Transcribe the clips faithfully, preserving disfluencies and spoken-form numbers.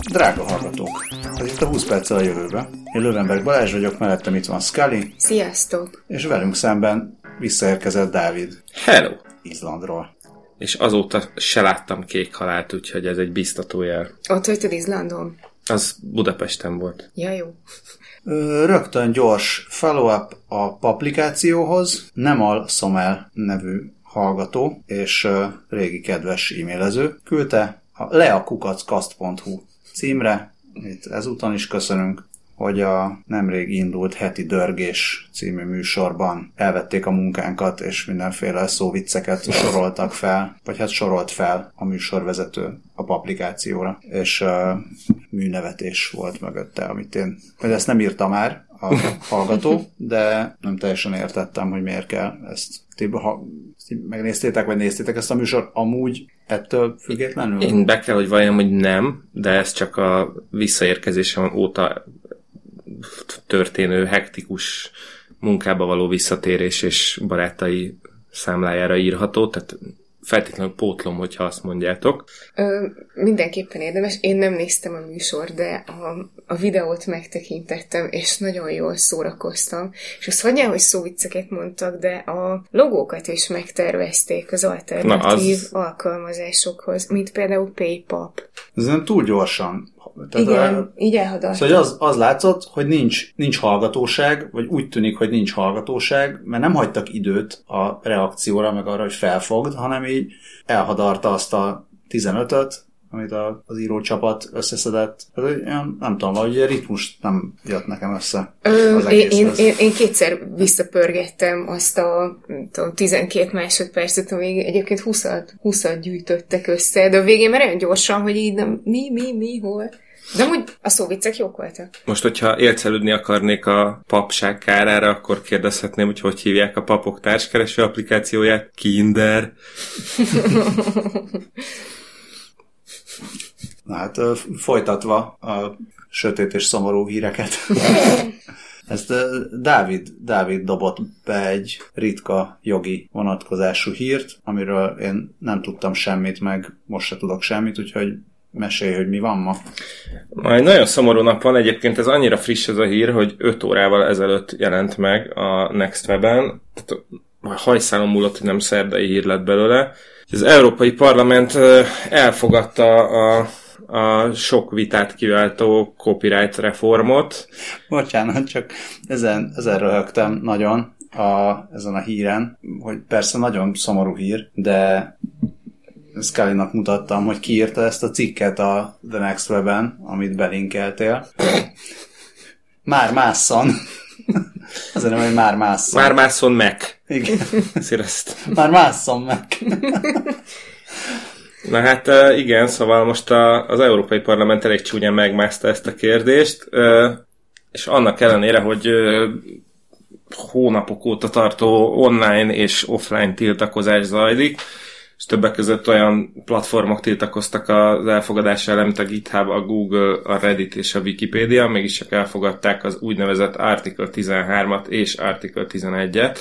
Drága hallgatók, ez itt a húsz perccel a jövőbe. Én Löwenberg Balázs vagyok, mellettem itt van Scully. Sziasztok! És velünk szemben visszaérkezett Dávid. Hello! Izlandról. És azóta se láttam kék halált, úgyhogy ez egy biztató jel. Ott hagytad Izlandon? Az Budapesten volt. Ja, jó. Rögtön gyors follow-up a applikációhoz. Nemal Somel nevű hallgató és régi kedves e-mailező küldte a leakukackkast pont hu címre. Itt ezúton is köszönünk, hogy a nemrég indult Heti Dörgés című műsorban elvették a munkánkat, és mindenféle szóvicceket soroltak fel, vagy hát sorolt fel a műsorvezető a applikációra, és uh, műnevetés volt mögötte, amit én, vagy ezt nem írta már a hallgató, de nem teljesen értettem, hogy miért kell ezt. Ti, ha megnéztétek, vagy néztétek ezt a műsor amúgy ettől függetlenül? Én be kell, hogy valljam, hogy nem, de ez csak a visszaérkezésem óta történő hektikus munkába való visszatérés és barátai számlájára írható, tehát feltétlenül pótlom, hogyha azt mondjátok. Ö, mindenképpen érdemes. Én nem néztem a műsor, de a, a videót megtekintettem, és nagyon jól szórakoztam. És azt hagyjál, hogy szóvicceket mondtak, de a logókat is megtervezték az alternatív az... alkalmazásokhoz, mint például PayPop. Ez nem túl gyorsan. Tehát igen, a, így elhadalt. Szóval az, az látszott, hogy nincs, nincs hallgatóság, vagy úgy tűnik, hogy nincs hallgatóság, mert nem hagytak időt a reakcióra, meg arra, hogy felfogd, hanem így elhadarta azt a tizenötöt, amit a, az írócsapat összeszedett. Én nem tudom, valahogy a ritmus nem jött nekem össze. Ö, az én, én, én, én kétszer visszapörgettem azt a tudom, tizenkét másodpercet, amíg egyébként húszat gyűjtöttek össze, de a végén már olyan gyorsan, hogy így nem, mi, mi, mi, hol. De amúgy a szóviccek jók voltak. Most, hogyha élcelődni akarnék a papság kárára, akkor kérdezhetném, hogy hogy hívják a papok társkereső applikációját. Kinder. Na hát folytatva a sötét és szomorú híreket. Ezt Dávid, Dávid dobott be egy ritka jogi vonatkozású hírt, amiről én nem tudtam semmit, meg most se tudok semmit, úgyhogy mesélj, hogy mi van ma. Ma egy nagyon szomorú nap van, egyébként ez annyira friss ez a hír, hogy öt órával ezelőtt jelent meg a Next Web-en, tehát hajszálon múlott, hogy nem szerdai hír lett belőle. Az Európai Parlament elfogadta a, a sok vitát kiváltó copyright reformot. Bocsánat, csak ezen, ezen röhögtem nagyon a, ezen a híren, hogy persze nagyon szomorú hír, de Scully-nak mutattam, hogy kiírta ezt a cikket a The Next Web-en, amit belinkeltél. Már másszon. Azért nem, hogy már másszon. Már másszon meg. Igen. Szíreszt. Már másszon meg. Na hát igen, szóval most a, az Európai Parlament elég csúnyán megmászta ezt a kérdést, és annak ellenére, hogy hónapok óta tartó online és offline tiltakozás zajlik, és többek között olyan platformok tiltakoztak az elfogadás ellen, mint a GitHub, a Google, a Reddit és a Wikipedia, mégis csak elfogadták az úgynevezett Article tizenhármat és Article tizenegyet.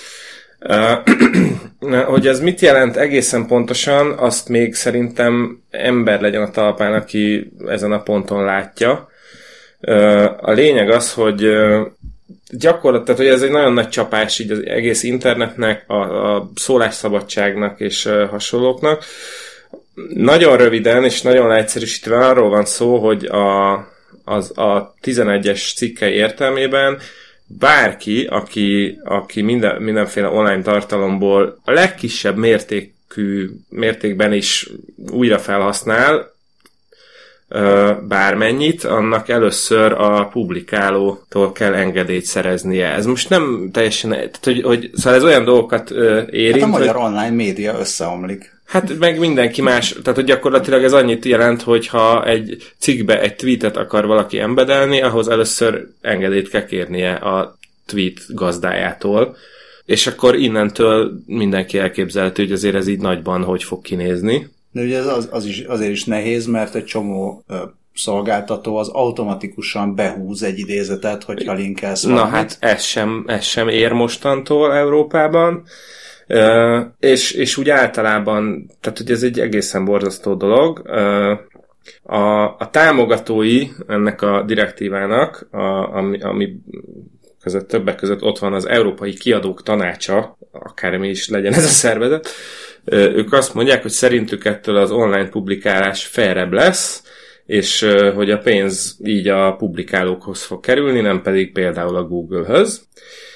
Uh, hogy ez mit jelent egészen pontosan, azt még szerintem ember legyen a talpán, aki ezen a ponton látja. Uh, a lényeg az, hogy uh, gyakorlatilag, hogy ez egy nagyon nagy csapás így az egész internetnek, a, a szólásszabadságnak és uh, hasonlóknak. Nagyon röviden és nagyon leegyszerűsítve arról van szó, hogy a, az, a tizenegyes cikkely értelmében bárki, aki, aki minden, mindenféle online tartalomból a legkisebb mértékű mértékben is újra felhasznál bármennyit, annak először a publikálótól kell engedélyt szereznie. Ez most nem teljesen, tehát, hogy, hogy szóval ez olyan dolgokat érint. Hát a magyar hogy, online média összeomlik. Hát meg mindenki más, tehát hogy gyakorlatilag ez annyit jelent, hogy ha egy cikkbe egy tweetet akar valaki embedelni, ahhoz először engedélyt kell kérnie a tweet gazdájától, és akkor innentől mindenki elképzelhető, hogy azért ez így nagyban hogy fog kinézni. De ugye ez az, az is, azért is nehéz, mert egy csomó ö, szolgáltató az automatikusan behúz egy idézetet, hogyha linkelsz valamit. Na hát ez sem, ez sem ér mostantól Európában. Uh, és, és úgy általában, tehát hogy ez egy egészen borzasztó dolog, uh, A, a támogatói ennek a direktívának, a, ami, ami között többek között ott van az Európai Kiadók Tanácsa, akármi is legyen ez a szervezet, ők azt mondják, hogy szerintük ettől az online publikálás fairebb lesz, és hogy a pénz így a publikálókhoz fog kerülni, nem pedig például a Google-höz.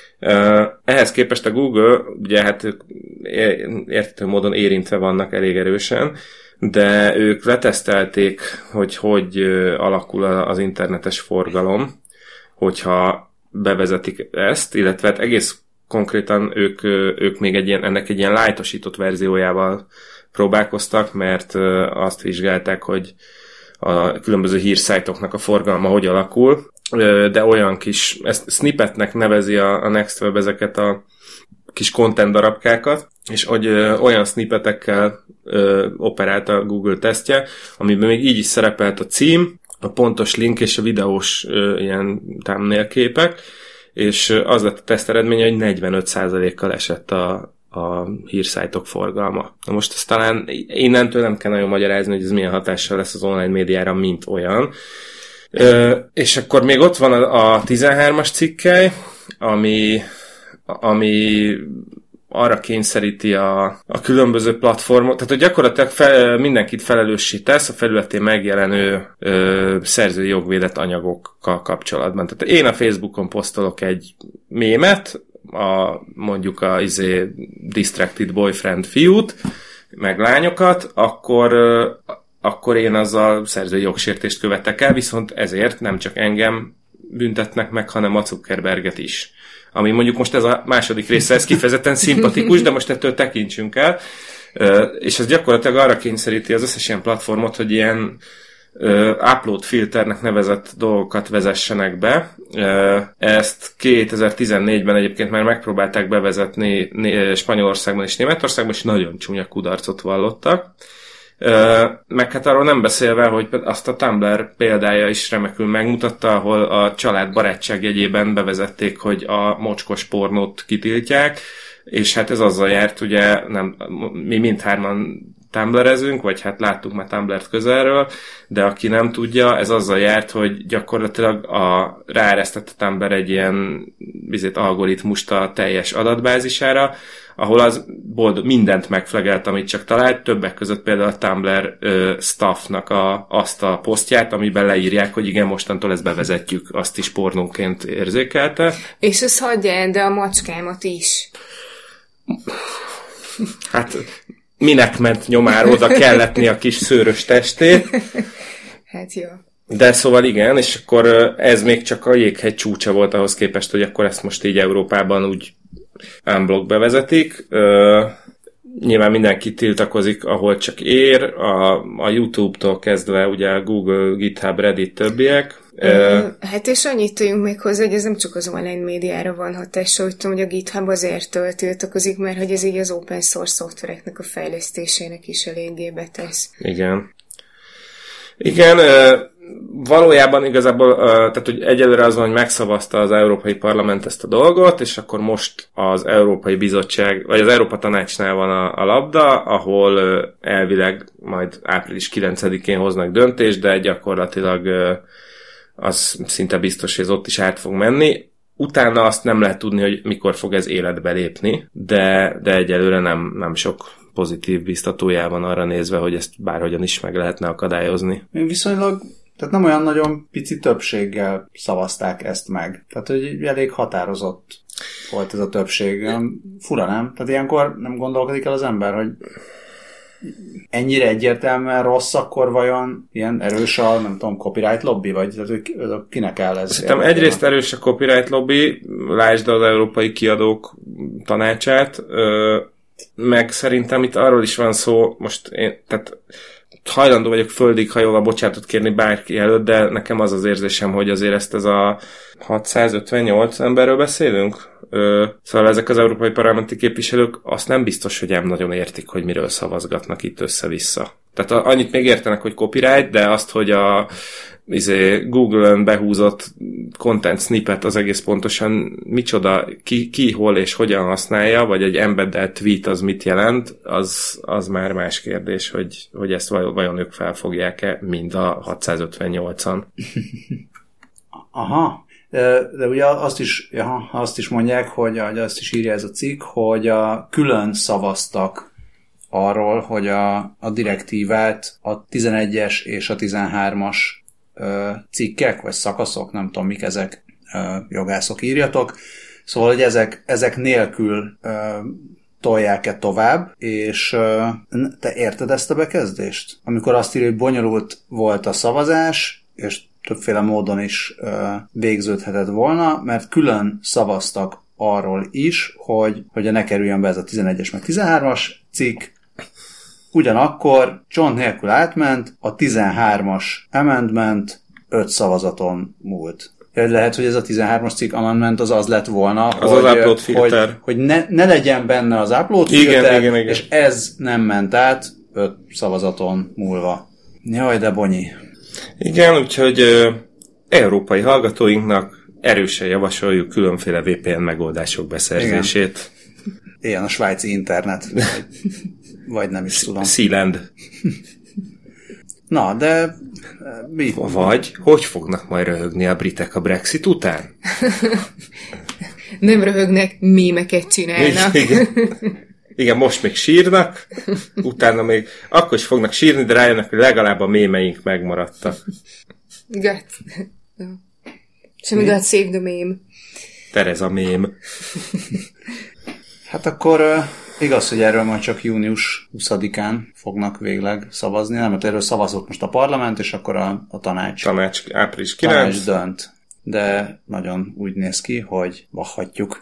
Ehhez képest a Google, ugye hát ők érthető módon érintve vannak elég erősen, de ők letesztelték, hogy hogy alakul az internetes forgalom, hogyha bevezetik ezt, illetve hát egész konkrétan ők, ők még egy ilyen, ennek egy ilyen light-osított verziójával próbálkoztak, mert azt vizsgálták, hogy a különböző hírszájtoknak a forgalma hogy alakul, de olyan kis, ezt snippetnek nevezi a, a NextWeb ezeket a kis content darabkákat, és hogy ö, olyan snippetekkel ö, operált a Google tesztje, amiben még így is szerepelt a cím, a pontos link és a videós ö, ilyen thumbnail képek, és az lett a teszt eredménye, hogy negyvenöt százalékkal esett a, a hírszájtok forgalma. Na most ezt talán innentől nem kell nagyon magyarázni, hogy ez milyen hatással lesz az online médiára, mint olyan. Ö, és akkor még ott van a, a tizenhármas cikkely, ami, ami arra kényszeríti a, a különböző platformot, tehát hogy gyakorlatilag fel, mindenkit felelőssé tesz a felületén megjelenő ö, szerzői jogvédett anyagokkal kapcsolatban. Tehát én a Facebookon posztolok egy mémet, a, mondjuk a izé, distracted boyfriend fiút, meg lányokat, akkor, ö, akkor én azzal szerzői jogsértést követek el, viszont ezért nem csak engem büntetnek meg, hanem a Zuckerberget is. Ami mondjuk most ez a második része, ez kifejezetten szimpatikus, de most ettől tekintsünk el. És ez gyakorlatilag arra kényszeríti az összes ilyen platformot, hogy ilyen upload filternek nevezett dolgokat vezessenek be. Ezt kétezer-tizennégyben egyébként már megpróbálták bevezetni Spanyolországban és Németországban, és nagyon csúnya kudarcot vallottak. Meg hát arról nem beszélve, hogy azt a Tumblr példája is remekül megmutatta, ahol a család barátság jegyében bevezették, hogy a mocskos pornót kitiltják, és hát ez azzal járt, ugye nem, mi mindhárman Tumblrezünk, vagy hát láttuk már Tumblrt közelről, de aki nem tudja, ez azzal járt, hogy gyakorlatilag a, ráeresztett a Tumblr egy ilyen bizét algoritmust a teljes adatbázisára, ahol az boldog, mindent megflegelt, amit csak talált, többek között például a Tumblr ö, staffnak a, azt a posztját, amiben leírják, hogy igen, mostantól ezt bevezetjük, azt is pornóként érzékelte. És ez hagyja el, de a macskámat is. Hát minek ment nyomára, oda kelletni a kis szőrös testét. Hát jó. De szóval igen, és akkor ez még csak a jéghegy csúcsa volt ahhoz képest, hogy akkor ezt most így Európában úgy unblock bevezetik. Uh, nyilván mindenki tiltakozik, ahol csak ér, a, a YouTube-tól kezdve ugye a Google, GitHub, Reddit, többiek. Uh, hát és annyit tudjunk még hozzá, hogy ez nem csak az online médiára van hatása, hogy tudom, hogy a GitHub azért tiltakozik, mert hogy ez így az open source szoftvereknek a fejlesztésének is eléggé betesz. Igen. Igen, uh, valójában igazából, uh, tehát hogy egyelőre az van, hogy megszavazta az Európai Parlament ezt a dolgot, és akkor most az Európai Bizottság, vagy az Európa Tanácsnál van a, a labda, ahol uh, elvileg majd április kilencedikén hoznak döntést, de gyakorlatilag uh, az szinte biztos, hogy ez ott is át fog menni. Utána azt nem lehet tudni, hogy mikor fog ez életbe lépni, de, de egyelőre nem, nem sok pozitív biztatójá van arra nézve, hogy ezt bárhogyan is meg lehetne akadályozni. Viszonylag, tehát nem olyan nagyon pici többséggel szavazták ezt meg. Tehát, hogy elég határozott volt ez a többség. Fura, nem? Tehát ilyenkor nem gondolkodik el az ember, hogy ennyire egyértelműen rossz, akkor vajon ilyen erős a, nem tudom, copyright lobby, vagy tehát, kinek kell ez? Szerintem egyrészt erős a copyright lobby, lásd az Európai Kiadók Tanácsát, meg szerintem itt arról is van szó, most én, tehát hajlandó vagyok földig hajolva bocsánatot kérni bárki előtt, de nekem az az érzésem, hogy azért ezt ez a hatszázötvennyolc emberről beszélünk. Ö, szóval ezek az európai parlamenti képviselők azt nem biztos, hogy nem nagyon értik, hogy miről szavazgatnak itt össze-vissza. Tehát annyit még értenek, hogy copyright, de azt, hogy a izé, Google-ön behúzott content snippet az egész pontosan micsoda, ki, ki, hol és hogyan használja, vagy egy embedded tweet az mit jelent, az, az már más kérdés, hogy, hogy ezt vajon ők felfogják-e, mind a hatszázötvennyolcan. Aha, de, de ugye azt is, aha, azt is mondják, hogy azt is írja ez a cikk, hogy a, külön szavaztak arról, hogy a, a direktívát a tizenegyes és a tizenhármas ö, cikkek, vagy szakaszok, nem tudom mik ezek, ö, jogászok írjatok, szóval, hogy ezek, ezek nélkül ö, tolják-e tovább, és ö, te érted ezt a bekezdést? Amikor azt írja, hogy bonyolult volt a szavazás, és többféle módon is ö, végződhetett volna, mert külön szavaztak arról is, hogy, hogy ne kerüljön be ez a tizenegyes meg tizenhármas cikk, ugyanakkor csont nélkül átment, a tizenhármas amendment öt szavazaton múlt. Lehet, hogy ez a tizenhármas cikk amendment az az lett volna, az hogy, az upload filter. hogy, hogy ne, ne legyen benne az upload igen, filter, igen, igen. És ez nem ment át öt szavazaton múlva. Jaj, de bonyi. Igen, úgyhogy ö, európai hallgatóinknak erősen javasoljuk különféle vé pé en megoldások beszerzését. Igen. Ilyen a svájci internet. Vagy, vagy nem is tudom. Sealand. Na, de mi? Vagy, hogy fognak majd röhögni a britek a Brexit után? Nem röhögnek, mémeket csinálnak. Igen. Igen, most még sírnak, utána még akkor is fognak sírni, de rájönnek, hogy legalább a mémeink megmaradtak. God. Semmi God save the meme. Tereza mém. Hát akkor uh, igaz, hogy erről majd csak június huszadikán fognak végleg szavazni, nem, mert erről szavazott most a parlament, és akkor a, a tanács, tanács április kilenc. Tanács dönt. De nagyon úgy néz ki, hogy vahhatjuk.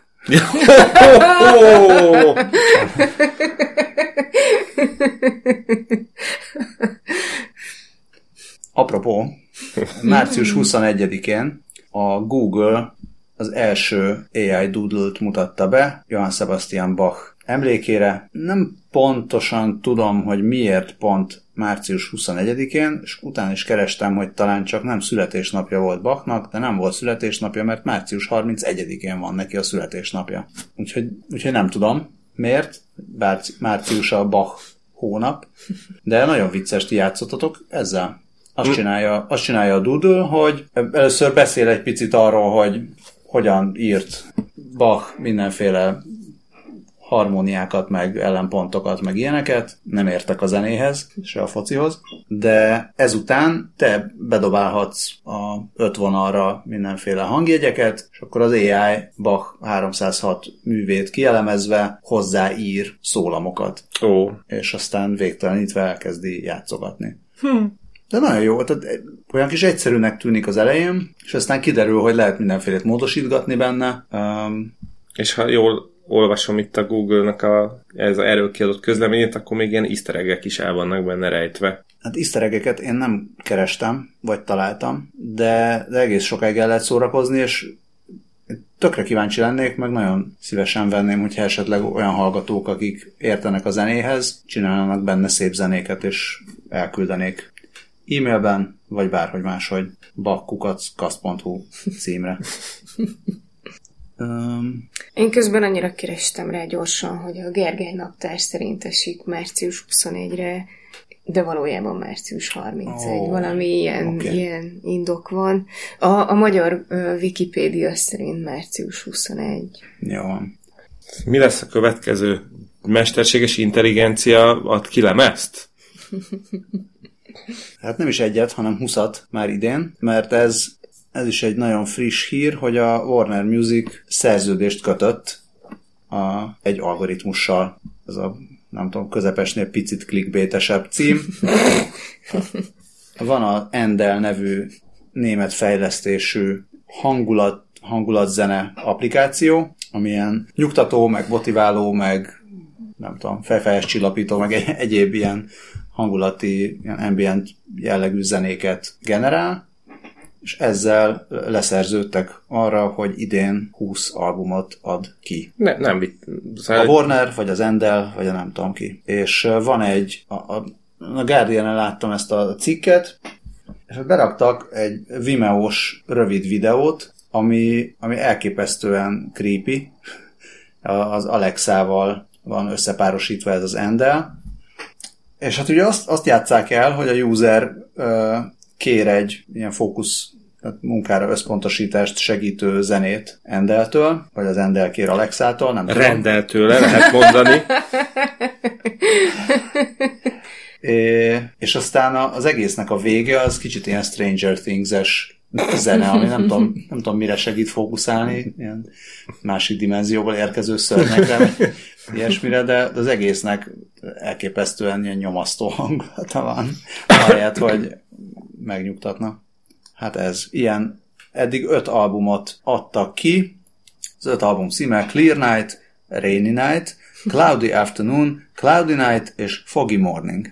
Apropó, március huszonegyedikén a Google az első á i Doodle-t mutatta be Johann Sebastian Bach emlékére. Nem pontosan tudom, hogy miért pont március huszonegyedikén, és utána is kerestem, hogy talán csak nem születésnapja volt Bachnak, de nem volt születésnapja, mert március harmincegyedikén van neki a születésnapja. Úgyhogy, úgyhogy nem tudom miért, bár március a Bach hónap, de nagyon vicces, ti játszottatok ezzel. Azt csinálja, azt csinálja a Doodle, hogy először beszél egy picit arról, hogy hogyan írt Bach mindenféle harmóniákat, meg ellenpontokat, meg ilyeneket. Nem értek a zenéhez, se a focihoz. De ezután te bedobálhatsz a öt vonalra mindenféle hangjegyeket, és akkor az á i Bach háromszázhat művét kielemezve hozzáír szólamokat. Ó. És aztán végtelenítve elkezdi játszogatni. Hm. De nagyon jó, tehát olyan kis egyszerűnek tűnik az elején, és aztán kiderül, hogy lehet mindenfélét módosítgatni benne. Um, és ha jól olvasom itt a Google-nak a, ez a erről kiadott közleményét, akkor még ilyen easter egg-ek is el vannak benne rejtve. Hát easter egg-eket én nem kerestem, vagy találtam, de, de egész sokáig el lehet szórakozni, és tökre kíváncsi lennék, meg nagyon szívesen venném, hogyha esetleg olyan hallgatók, akik értenek a zenéhez, csinálnak benne szép zenéket, és elküldenék e-mailben, vagy bárhogy máshogy bakkukackast pont hu címre. um, Én közben annyira kerestem rá gyorsan, hogy a Gergely naptár szerint esik március huszonegyre, de valójában március harmincegy. Oh, valami ilyen, okay. ilyen indok van. A, a magyar uh, Wikipédia szerint március huszonegy. Jó. Mi lesz a következő? Mesterséges intelligencia ad ki lemezt? Hát nem is egyet, hanem huszat már idén, mert ez, ez is egy nagyon friss hír, hogy a Warner Music szerződést kötött a, egy algoritmussal. Ez a, nem tudom, közepesnél picit clickbaitesebb cím. Van a Endel nevű német fejlesztésű hangulat, hangulatzene applikáció, amilyen nyugtató, meg motiváló, meg nem tudom, fejfejes csillapító, meg egy, egyéb ilyen hangulati, ilyen ambient jellegű zenéket generál, és ezzel leszerződtek arra, hogy idén húsz albumot ad ki. Ne, nem. A Warner, vagy az Endel, vagy a nem tudom ki. És van egy, a, a, a Guardian-en láttam ezt a cikket, és beraktak egy Vimeo-s rövid videót, ami, ami elképesztően creepy. Az Alexával van összepárosítva ez az Endel. És hát ugye azt, azt játsszák el, hogy a user uh, kér egy ilyen fókusz munkára összpontosítást segítő zenét Endeltől, vagy az Endel kér Alexától, nem tudom. Rendeltől le lehet mondani. É, és aztán az egésznek a vége az kicsit ilyen Stranger Things-es zene, ami nem tudom, nem tudom mire segít fókuszálni, ilyen másik dimenzióból érkező szörnyekre, ilyesmire, de az egésznek elképesztően ilyen nyomasztó hangulata van, ahelyett, hogy megnyugtatna. Hát ez ilyen, eddig öt albumot adtak ki, az öt album címe Clear Night, Rainy Night, Cloudy Afternoon, Cloudy Night és Foggy Morning.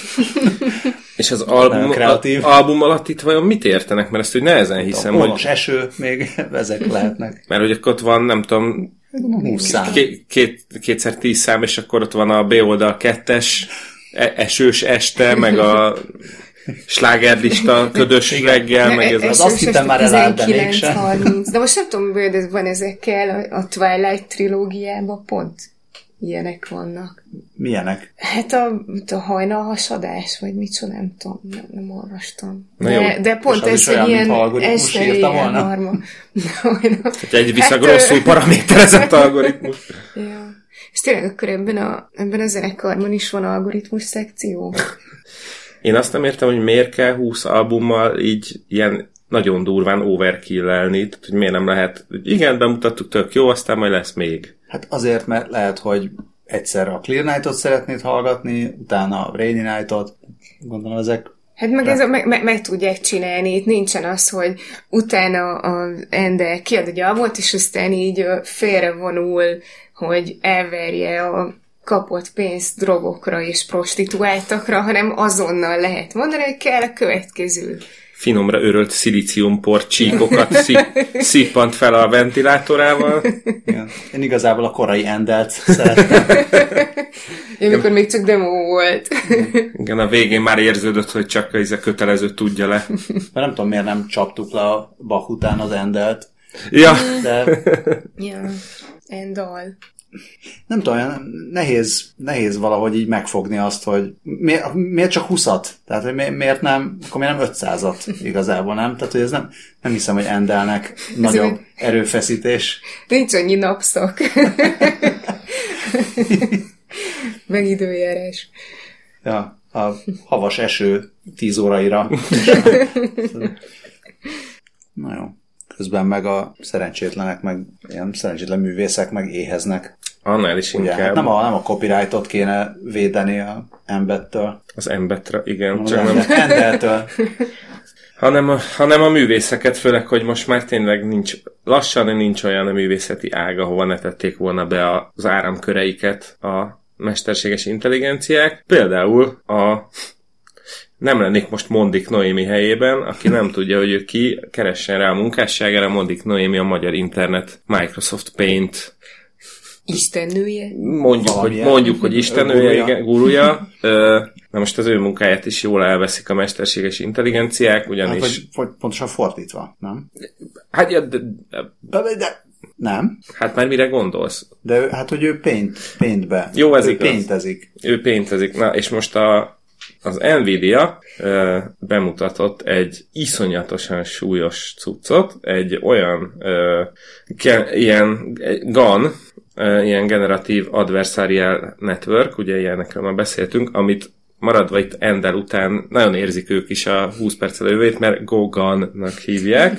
És az album, a, album alatt itt vajon mit értenek? Mert ezt úgy nehezen hiszem, hogy... Honos eső, még ezek lehetnek. Mert hogy ott van, nem tudom, húsz szám. Két, két, kétszer tíz szám, és akkor ott van a B oldal kettes, esős este, meg a slágerlista, ködös reggel, ne, meg ez az... Azt hittem már elállt, de mégsem. De most nem tudom, hogy ez van ezekkel a, a Twilight trilógiában pont ilyenek vannak. Milyenek? Hát a, a hajnalhasadás, vagy micsoda, nem tudom, nem, nem olvastam. De, de pont ez egy ilyen eszteilyen harma. Hát egy viszont hát, rosszul paraméterezett algoritmus. Ja. És tényleg akkor ebben a, ebben a zenekarban is van algoritmus szekció? Én azt nem értem, hogy miért kell húsz albummal így ilyen nagyon durván overkill-elni, tehát hogy miért nem lehet, hogy igen, bemutattuk, tök jó, aztán majd lesz még. Hát azért, mert lehet, hogy egyszer a Clear Night-ot szeretnéd hallgatni, utána a Rainy Night-ot, gondolom ezek... Hát meg, ez a, meg, meg, meg tudják csinálni, itt nincsen az, hogy utána az Endel kiad egy albumot, és aztán így félrevonul, hogy elverje a kapott pénzt drogokra és prostituáltakra, hanem azonnal lehet mondani, hogy kell a következő. Finomra örölt szilíciumpor csíkokat szip, szippant fel a ventilátorával. Igen. Én igazából a korai Endelt szerettem. Én amikor még csak demo volt. Igen, a végén már érződött, hogy csak ez a kötelező tudja le. Mert nem tudom, miért nem csaptuk le a Bach után az Endelt. Ja. De... ja, Endal. Nem tudom, nehéz, nehéz valahogy így megfogni azt, hogy miért, miért csak húszat? Tehát hogy miért nem, akkor miért nem ötszázat igazából, nem? Tehát hogy ez nem, nem hiszem, hogy Endelnek nagyobb erőfeszítés. Nincs annyi napszak. Meg időjárás. Ja, a havas eső tíz óraira. Na jó. Közben meg a szerencsétlenek, meg ilyen szerencsétlen művészek meg éheznek. Annál is ugye, inkább. Hát nem, a, nem a copyrightot kéne védeni a Embettől. Az Embetre, igen. No, csak nem Endeltől. hanem, a, hanem a művészeket, főleg, hogy most már tényleg nincs, lassan nincs olyan a művészeti ág, ahova ne tették volna be az áramköreiket a mesterséges intelligenciák. Például a nem lennék most Mondik Noémi helyében, aki nem tudja, hogy ő ki, keressen rá a munkásságára. Mondik Noémi a magyar internet Microsoft Paint istennője. Mondjuk, hogy, mondjuk, hogy istennője, igen, gurúja. Na most az ő munkáját is jól elveszik a mesterséges intelligenciák, ugyanis... Hát, vagy pontosan fordítva, nem? Hát, ja, de, de, de, nem. Hát már mire gondolsz? De ő, hát, hogy ő paint, paintbe. Jó, ez ő igaz. paintezik. Ő paintezik. Na, és most a az Nvidia ö, bemutatott egy iszonyatosan súlyos cuccot, egy olyan ö, ke, ilyen G A N, ö, ilyen Generative Adversarial Network, ugye ilyenekről már beszéltünk, amit maradva itt Endel után nagyon érzik ők is a húsz perccel jövőjét, mert GoGAN-nak hívják.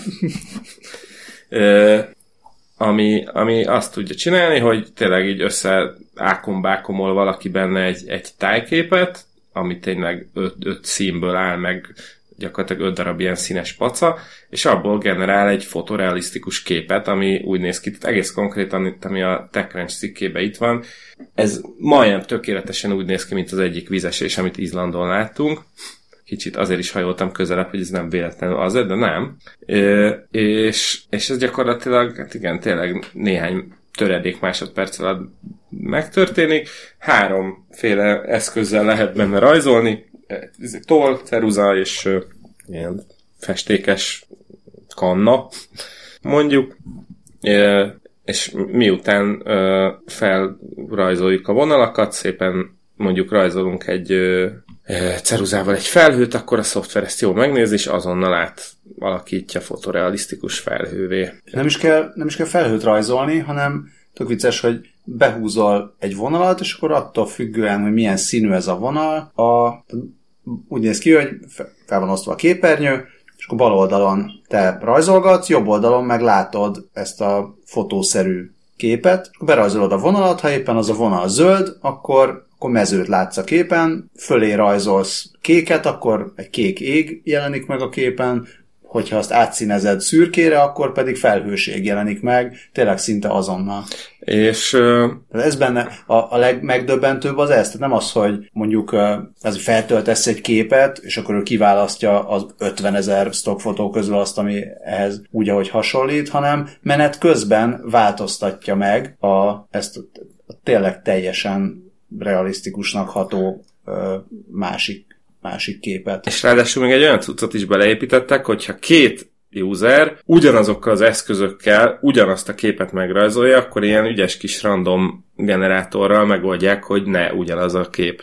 ö, ami, ami azt tudja csinálni, hogy tényleg így össze ákombákomol valaki benne egy, egy tájképet, ami tényleg öt, öt színből áll, meg gyakorlatilag öt darab ilyen színes paca, és abból generál egy fotorealisztikus képet, ami úgy néz ki, tehát egész konkrétan, ami a TechCrunch cikkében itt van. Ez majdnem tökéletesen úgy néz ki, mint az egyik vízesés, amit Izlandon láttunk. Kicsit azért is hajoltam közelebb, hogy ez nem véletlenül az, de nem. É, és, és ez gyakorlatilag, hát igen, tényleg néhány töredék másodperc alatt megtörténik. Háromféle eszközzel lehet benne rajzolni. toll, ceruza és uh, ilyen festékes kanna, mondjuk, uh, és miután uh, felrajzoljuk a vonalakat, szépen mondjuk rajzolunk egy uh, ceruzával egy felhőt, akkor a szoftver ezt jól megnéz, és azonnal átalakítja fotorealisztikus felhővé. Nem is kell, nem is kell felhőt rajzolni, hanem tök vicces, hogy behúzol egy vonalat, és akkor attól függően, hogy milyen színű ez a vonal, a, úgy néz ki, hogy fel van osztva a képernyő, és akkor bal oldalon te rajzolgatsz, jobb oldalon meg látod ezt a fotószerű képet, és akkor berajzolod a vonalat, ha éppen az a vonal zöld, akkor akkor mezőt látsz a képen, fölé rajzolsz kéket, akkor egy kék ég jelenik meg a képen, hogyha azt átszínezed szürkére, akkor pedig felhőség jelenik meg, tényleg szinte azonnal. És uh... ez benne a, a legmegdöbbentőbb az ez, tehát nem az, hogy mondjuk ez, hogy feltöltesz egy képet, és akkor ő kiválasztja az ötvenezer stockfotó közül azt, ami ehhez úgy, ahogy hasonlít, hanem menet közben változtatja meg a, ezt a, a tényleg teljesen realisztikusnak ható ö, másik, másik képet. És ráadásul még egy olyan cuccot is beleépítettek, hogyha két user ugyanazokkal az eszközökkel ugyanazt a képet megrajzolja, akkor ilyen ügyes kis random generátorral megoldják, hogy ne ugyanaz a kép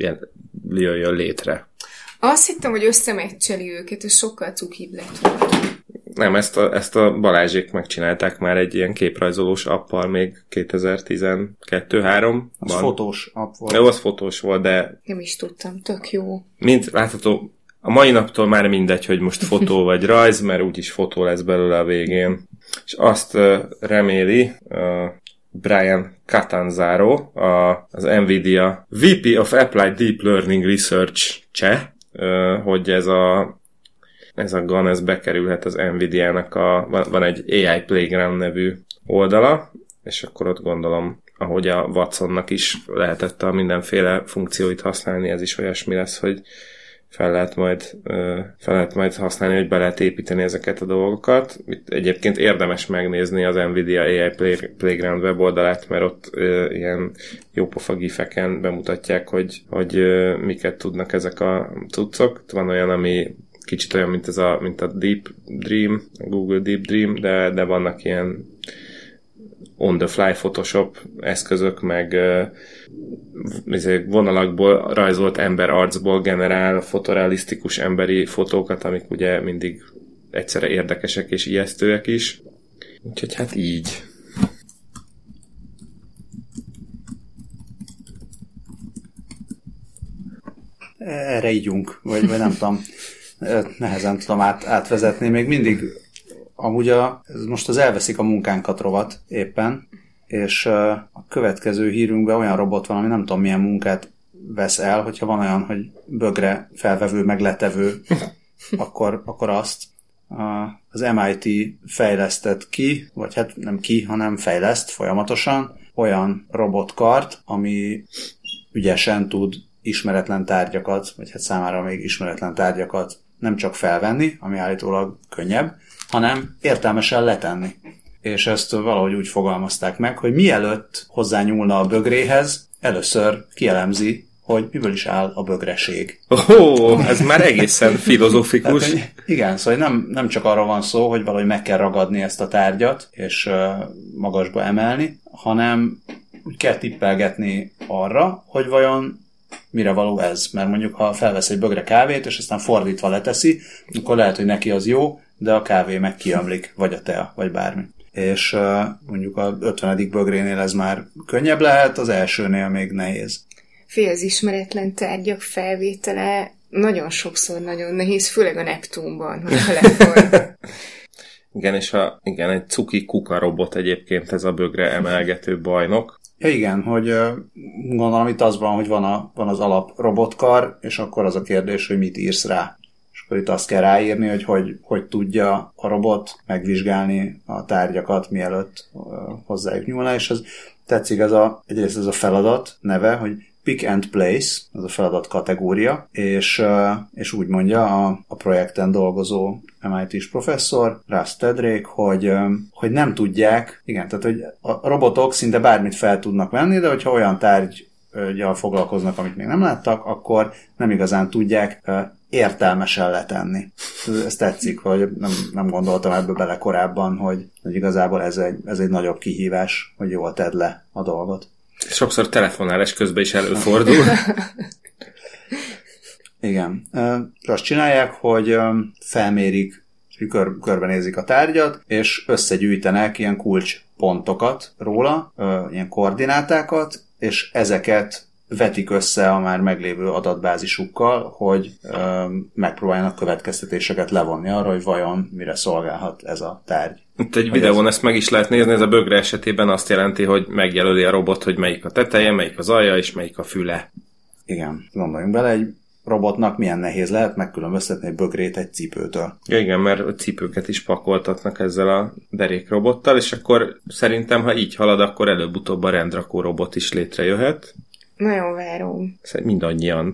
jöjjön létre. Azt hittem, hogy összemeccseli őket, és sokkal cukibb lett volna. Nem, ezt a, ezt a Balázsék megcsinálták már egy ilyen képrajzolós appal még kétezer-tizenkettő három Az fotós app volt. Jó, az fotós volt, de... Nem is tudtam, tök jó. Mint látható, a mai naptól már mindegy, hogy most fotó vagy rajz, mert úgyis fotó lesz belőle a végén. És azt uh, reméli uh, Brian Catanzaro, a, az NVIDIA vé pé of Applied Deep Learning Research cseh, uh, hogy ez a ez a GAN, ez bekerülhet az NVIDIA-nak a, van, van egy á i Playground nevű oldala, és akkor ott gondolom, ahogy a Watsonnak is lehetett a mindenféle funkcióit használni, ez is olyasmi lesz, hogy fel lehet majd, fel lehet majd használni, hogy be lehet építeni ezeket a dolgokat. Itt egyébként érdemes megnézni az NVIDIA á i Playground weboldalát, mert ott ilyen jópofa gifeken bemutatják, hogy, hogy miket tudnak ezek a cuccok. Van olyan, ami kicsit olyan, mint, ez a, mint a Deep Dream, a Google Deep Dream, de, de vannak ilyen on-the-fly Photoshop eszközök, meg uh, vonalakból rajzolt emberarcból generál fotorealisztikus emberi fotókat, amik ugye mindig egyszerre érdekesek és ijesztőek is. Úgyhogy hát így. Erre ígyunk, vagy, vagy nem tudom. Nehezen tudom át, átvezetni. Még mindig amúgy a, most az elveszik a munkánkat rovat éppen, és a következő hírünkben olyan robot van, ami nem tudom milyen munkát vesz el, hogyha van olyan, hogy bögre felvevő, meg letevő, akkor, akkor azt. Az em i té fejlesztett ki, vagy hát nem ki, hanem fejleszt folyamatosan olyan robotkart, ami ügyesen tud ismeretlen tárgyakat, vagy hát számára még ismeretlen tárgyakat nem csak felvenni, ami állítólag könnyebb, hanem értelmesen letenni. És ezt valahogy úgy fogalmazták meg, hogy mielőtt hozzányúlna a bögréhez, először kielemzi, hogy miből is áll a bögreség. Ó, oh, ez már egészen filozófikus. Tehát, igen, szóval nem, nem csak arról van szó, hogy valahogy meg kell ragadni ezt a tárgyat, és uh, magasba emelni, hanem úgy kell tippelgetni arra, hogy vajon mire való ez. Mert mondjuk, ha felvesz egy bögre kávét, és aztán fordítva leteszi, akkor lehet, hogy neki az jó, de a kávé meg kiömlik, vagy a tea, vagy bármi. És uh, mondjuk a ötvenedik bögrénél ez már könnyebb lehet, az elsőnél még nehéz. Fél az ismeretlen tárgyak felvétele nagyon sokszor nagyon nehéz, főleg a Neptunban, hogy telefon. Igen, és a, igen, egy cuki kuka robot egyébként ez a bögre emelgető bajnok. Ja igen, hogy uh, gondolom itt az van, hogy van, a, van az alap robotkar, és akkor az a kérdés, hogy mit írsz rá. És akkor itt azt kell ráírni, hogy hogy, hogy tudja a robot megvizsgálni a tárgyakat, mielőtt uh, hozzájuk nyúlna, és ez tetszik, ez a, egyrészt ez a feladat neve, hogy Pick and Place, ez a feladat kategória, és, uh, és úgy mondja a, a projekten dolgozó em i té-s professzor, Russ Tedrake, hogy, um, hogy nem tudják, igen, tehát hogy a robotok szinte bármit fel tudnak venni, de hogyha olyan tárgy foglalkoznak, amit még nem láttak, akkor nem igazán tudják értelmesen letenni. Ez tetszik, hogy nem, nem gondoltam ebből bele korábban, hogy, hogy igazából ez egy, ez egy nagyobb kihívás, hogy jól tedd le a dolgot. Sokszor telefonálás közben is előfordul. Igen. Azt csinálják, hogy felmérik, kör, körbenézik a tárgyat, és összegyűjtenek ilyen kulcspontokat róla, ilyen koordinátákat, és ezeket vetik össze a már meglévő adatbázisukkal, hogy megpróbáljanak következtetéseket levonni arra, hogy vajon mire szolgálhat ez a tárgy. Itt egy videón ezt meg is lehet nézni, ez a bögre esetében azt jelenti, hogy megjelöli a robot, hogy melyik a teteje, melyik az alja, és melyik a füle. Igen, gondoljunk bele, egy robotnak milyen nehéz lehet megkülönböztetni egy bögrét egy cipőtől. Ja, igen, mert cipőket is pakoltatnak ezzel a derékrobottal, és akkor szerintem, ha így halad, akkor előbb-utóbb a rendrakó robot is létrejöhet. Nagyon várom. Szerintem mindannyian.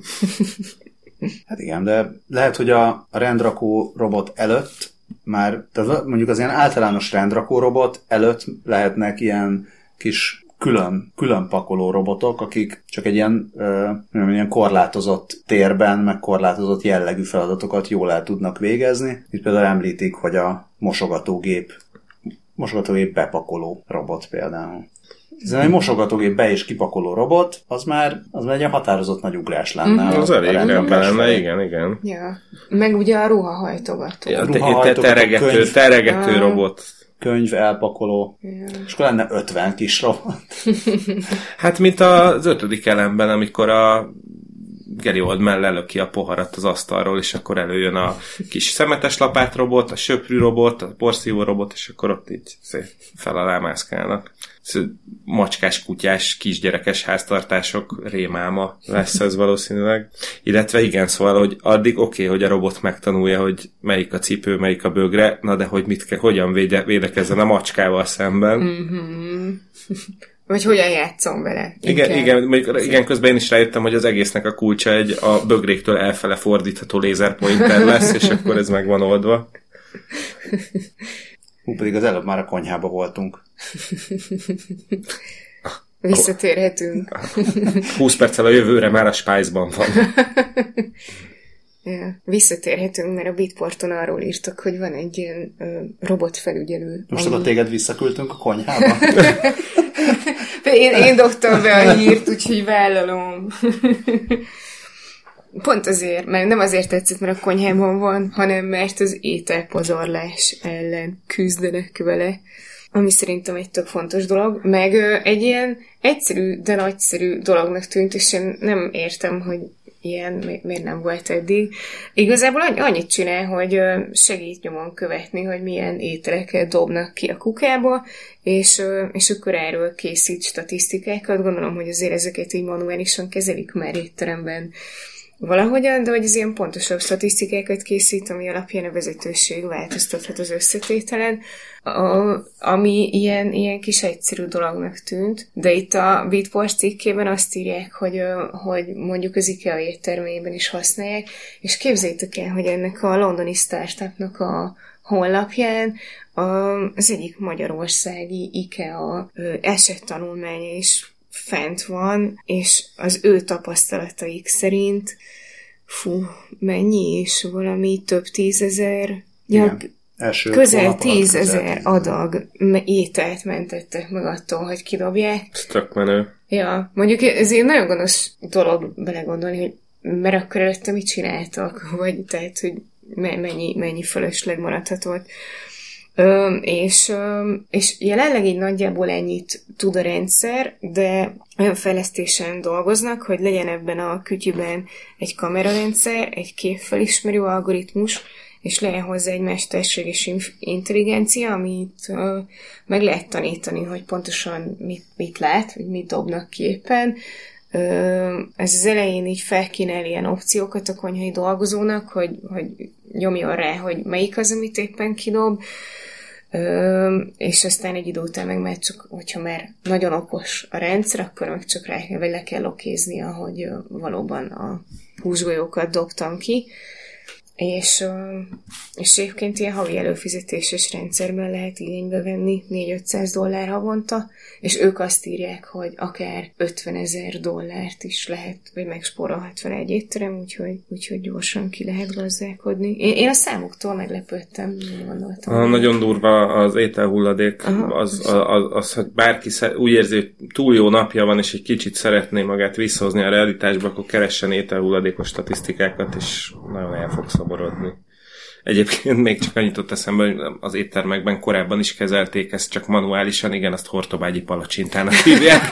Hát igen, de lehet, hogy a, a rendrakó robot előtt már, tehát mondjuk az ilyen általános rendrakó robot előtt lehetnek ilyen kis külön, külön pakoló robotok, akik csak egy ilyen, ö, ilyen korlátozott térben, meg korlátozott jellegű feladatokat jól el tudnak végezni. Itt például említik, hogy a mosogatógép, mosogatógép bepakoló robot például. Ez egy mosogatógép be- és kipakoló robot, az már, az már egy határozott nagy ugrás lenne. Mm, az elég rendben lenne, igen, igen. Ja. Meg ugye a ruhahajtogató. Ja, ruhahajtogató, teregető, könyv, teregető robot. Könyv elpakoló. Ja. És akkor lenne ötven kis robot. Hát, mint az ötödik elemben, amikor a Gary Oldman lelöki a poharat az asztalról, és akkor előjön a kis szemetes lapát robot, a söprű robot, a porszívó robot, és akkor ott így fel alá mászkálnak. Macskás, kutyás, kisgyerekes háztartások rémáma lesz ez valószínűleg. Illetve igen, szóval, hogy addig oké, okay, hogy a robot megtanulja, hogy melyik a cipő, melyik a bögre, na de hogy mit kell, hogyan véde, védekezzen a macskával szemben. Mm-hmm. Vagy hogyan játszom vele. Igen, igen, igen, közben én is rájöttem, hogy az egésznek a kulcsa egy a bögréktől elfele fordítható lézerpointer lesz, és akkor ez meg van oldva. Hú, pedig az előbb már a konyhába voltunk. Visszatérhetünk. húsz perccel a jövőre már a Spice-ban van. Ja, visszatérhetünk, mert a Bitporton arról írtak, hogy van egy ilyen ö, robotfelügyelő. Most ami... akkor téged visszaküldtünk a konyhába? én, én dobtam be a hírt, úgyhogy vállalom. Pont azért, mert nem azért tetszett, mert a konyhában van, hanem mert az ételpazarlás ellen küzdenek vele, ami szerintem egy tök fontos dolog, meg ö, egy ilyen egyszerű, de nagyszerű dolognak tűnt, és én nem értem, hogy ilyen miért nem volt eddig. Igazából annyit csinál, hogy segít nyomon követni, hogy milyen ételeket dobnak ki a kukába, és, és akkor erről készít statisztikákat. Gondolom, hogy azért ezeket így manuálisan kezelik már étteremben valahogyan, de hogy az ilyen pontosabb statisztikákat készít, ami alapján a vezetőség változtathat az összetételen, a, ami ilyen, ilyen kis egyszerű dolognak tűnt, de itt a Bitport cikkében azt írják, hogy, hogy mondjuk az IKEA éttermében is használják, és képzeljétek el, hogy ennek a londoni startupnak a honlapján az egyik magyarországi IKEA esettanulmánya is fent van, és az ő tapasztalataik szerint fú, mennyi is? Valami több tízezer, ja, közel tízezer adag ételt mentettek meg attól, hogy kidobják. Ez tök menő. Ja, mondjuk ez egy nagyon gonosz dolog belegondolni, hogy mert akkor előtte mit csináltak, vagy tehát, hogy mennyi, mennyi fölösleg maradhatott. Ö, és, ö, és jelenleg így nagyjából ennyit tud a rendszer, de olyan fejlesztésen dolgoznak, hogy legyen ebben a kütyüben egy kamerarendszer, egy képfelismerő algoritmus, és legyen hozzá egy mesterséges intelligencia, amit ö, meg lehet tanítani, hogy pontosan mit, mit lát, hogy mit dobnak ki éppen. Ö, ez az elején így felkínál ilyen opciókat a konyhai dolgozónak, hogy, hogy nyomjon rá, hogy melyik az, amit éppen kidob, Ö, és aztán egy idő után meg már csak, hogyha már nagyon okos a rendszer, akkor meg csak rá kell, vagy le kell okéznia, hogy valóban a húsgolyókat dobtam ki. és, és egyébként ilyen havi előfizetéses rendszerben lehet igénybe venni négy-ötszáz dollár havonta, és ők azt írják, hogy akár ötvenezer dollárt is lehet, vagy megspórolhat vele egy étterem, úgyhogy, úgyhogy gyorsan ki lehet gazdálkodni. Én, én a számoktól meglepődtem, gondoltam. Ah, nagyon durva az ételhulladék, az, az, az, az, hogy bárki úgy érzi, hogy túl jó napja van, és egy kicsit szeretné magát visszahozni a realitásba, akkor keressen ételhulladékos statisztikákat, és nagyon el fog szaporodni. Egyébként még csak annyit ott eszembe, hogy az éttermekben korábban is kezelték ezt csak manuálisan, igen, azt hortobágyi palacsintának hívják.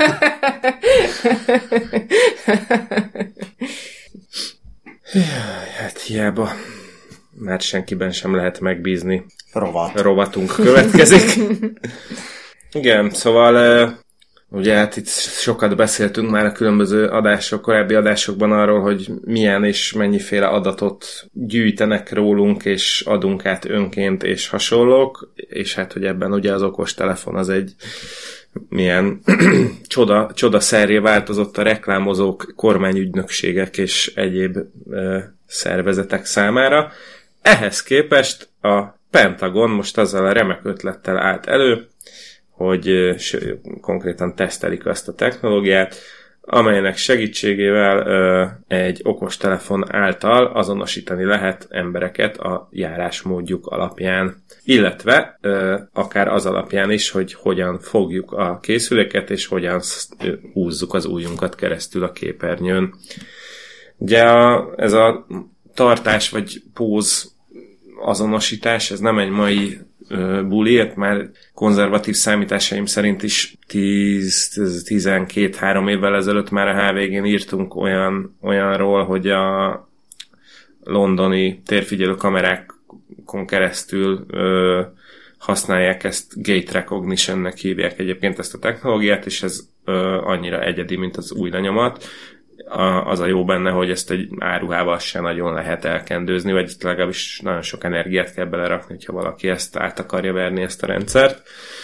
Jaj, hát hiába. Már senkiben sem lehet megbízni. Rovat. Rovatunk következik. Igen, szóval ugye hát itt sokat beszéltünk már a különböző adások, korábbi adásokban arról, hogy milyen és mennyiféle adatot gyűjtenek rólunk, és adunk át önként, és hasonlók, és hát, hogy ebben ugye az okostelefon az egy milyen csoda, csodaszerré változott a reklámozók, kormányügynökségek és egyéb ö, szervezetek számára. Ehhez képest a Pentagon most azzal a remek ötlettel állt elő, hogy ső, konkrétan tesztelik azt a technológiát, amelynek segítségével ö, egy okostelefon által azonosítani lehet embereket a járásmódjuk alapján, illetve ö, akár az alapján is, hogy hogyan fogjuk a készüléket, és hogyan húzzuk az ujjunkat keresztül a képernyőn. Ugye a, ez a tartás vagy póz azonosítás, ez nem egy mai buliért, már konzervatív számításaim szerint is tíz-tizenkét-három évvel ezelőtt már a há vé gén írtunk olyan, olyanról, hogy a londoni térfigyelő kamerákon keresztül ö, használják ezt, gate recognition-nek hívják egyébként ezt a technológiát, és ez ö, annyira egyedi, mint az új lenyomat. A, az a jó benne, hogy ezt egy áruhával se nagyon lehet elkendőzni, vagy legalábbis nagyon sok energiát kell belerakni, hogyha valaki ezt át akarja verni, ezt a rendszert.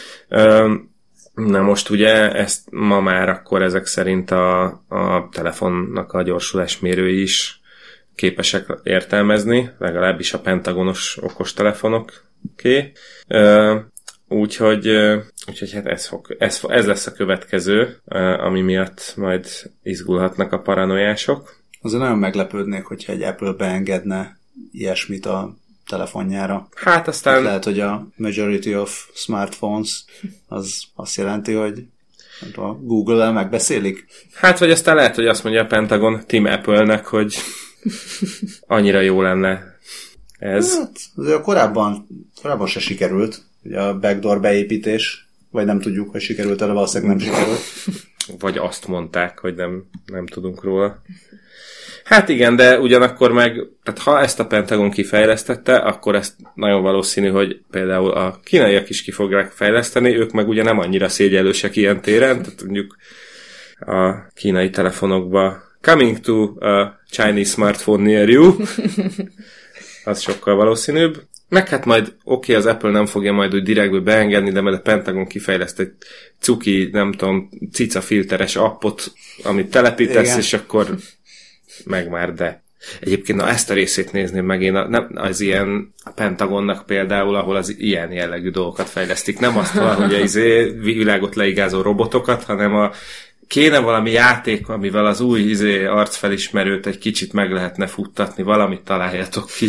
Na most ugye ezt ma már akkor ezek szerint a, a telefonnak a gyorsulásmérői is képesek értelmezni, legalábbis a pentagonos okostelefonok. Oké. Okay. Úgyhogy, úgyhogy hát ez, fog, ez, ez lesz a következő, ami miatt majd izgulhatnak a paranoiások. Azért nagyon meglepődnék, hogyha egy Apple beengedne ilyesmit a telefonjára. Hát aztán... Itt lehet, hogy a majority of smartphones az azt jelenti, hogy a Google-el megbeszélik. Hát vagy aztán lehet, hogy azt mondja a Pentagon Tim Apple-nek, hogy annyira jó lenne ez. Hát, azért korábban, korábban se sikerült. Ugye a backdoor beépítés, vagy nem tudjuk, hogy sikerült, de valószínűleg nem sikerült. Vagy azt mondták, hogy nem, nem tudunk róla. Hát igen, de ugyanakkor meg, tehát ha ezt a Pentagon kifejlesztette, akkor ezt nagyon valószínű, hogy például a kínaiak is ki fogják fejleszteni, ők meg ugye nem annyira szégyellősek ilyen téren, tehát mondjuk a kínai telefonokba coming to a Chinese smartphone near you, az sokkal valószínűbb. Meg hát majd oké, okay, az Apple nem fogja majd úgy direktből beengedni, de majd a Pentagon kifejleszt egy cuki, nem tudom, cica filteres appot, amit telepítesz, igen. És akkor meg már, de. Egyébként na, ezt a részét nézném meg én, a, nem, az ilyen a Pentagonnak például, ahol az ilyen jellegű dolgokat fejlesztik. Nem azt valahogy a izé, világot leigázó robotokat, hanem a kéne valami játék, amivel az új izé, arcfelismerőt egy kicsit meg lehetne futtatni, valamit találjatok ki.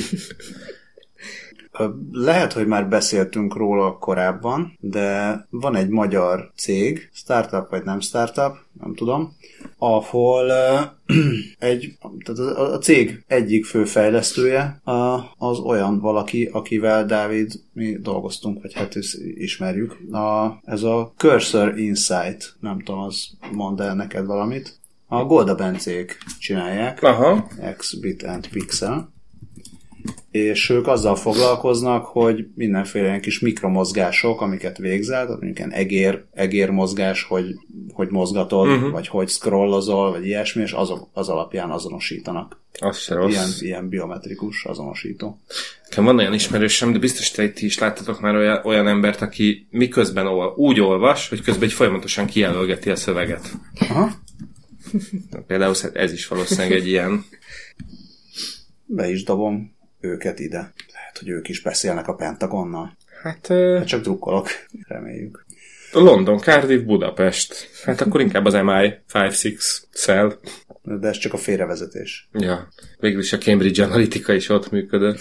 Lehet, hogy már beszéltünk róla korábban, de van egy magyar cég, startup vagy nem startup, nem tudom, ahol egy, tehát a cég egyik fő fejlesztője az olyan valaki, akivel, Dávid, mi dolgoztunk, vagy hát ismerjük. A, ez a Cursor Insight, nem tudom, az mond el neked valamit. A Golda Bencék csinálják, aha. X-Bit and Pixel, és ők azzal foglalkoznak, hogy mindenféle ilyen kis mikromozgások, amiket végzel, tehát mondjuk ilyen egér, egér mozgás, hogy, hogy mozgatod, uh-huh. vagy hogy scrollozol, vagy ilyesmi, és azok, az alapján azonosítanak. Az se rossz. Ilyen, ilyen biometrikus azonosító. Van olyan ismerősöm, de biztos te ti is láttatok már olyan, olyan embert, aki miközben ol, úgy olvas, hogy közben egy folyamatosan kijelölgeti a szöveget. Aha. Például ez is valószínűleg egy ilyen. Be is dobom őket ide. Lehet, hogy ők is beszélnek a Pentagonnal. Hát... Uh... Csak drukkolok, reméljük. London, Cardiff, Budapest. Hát akkor inkább az em i öt hat Cell. De ez csak a félrevezetés. Ja, végül is a Cambridge Analytica is ott működött.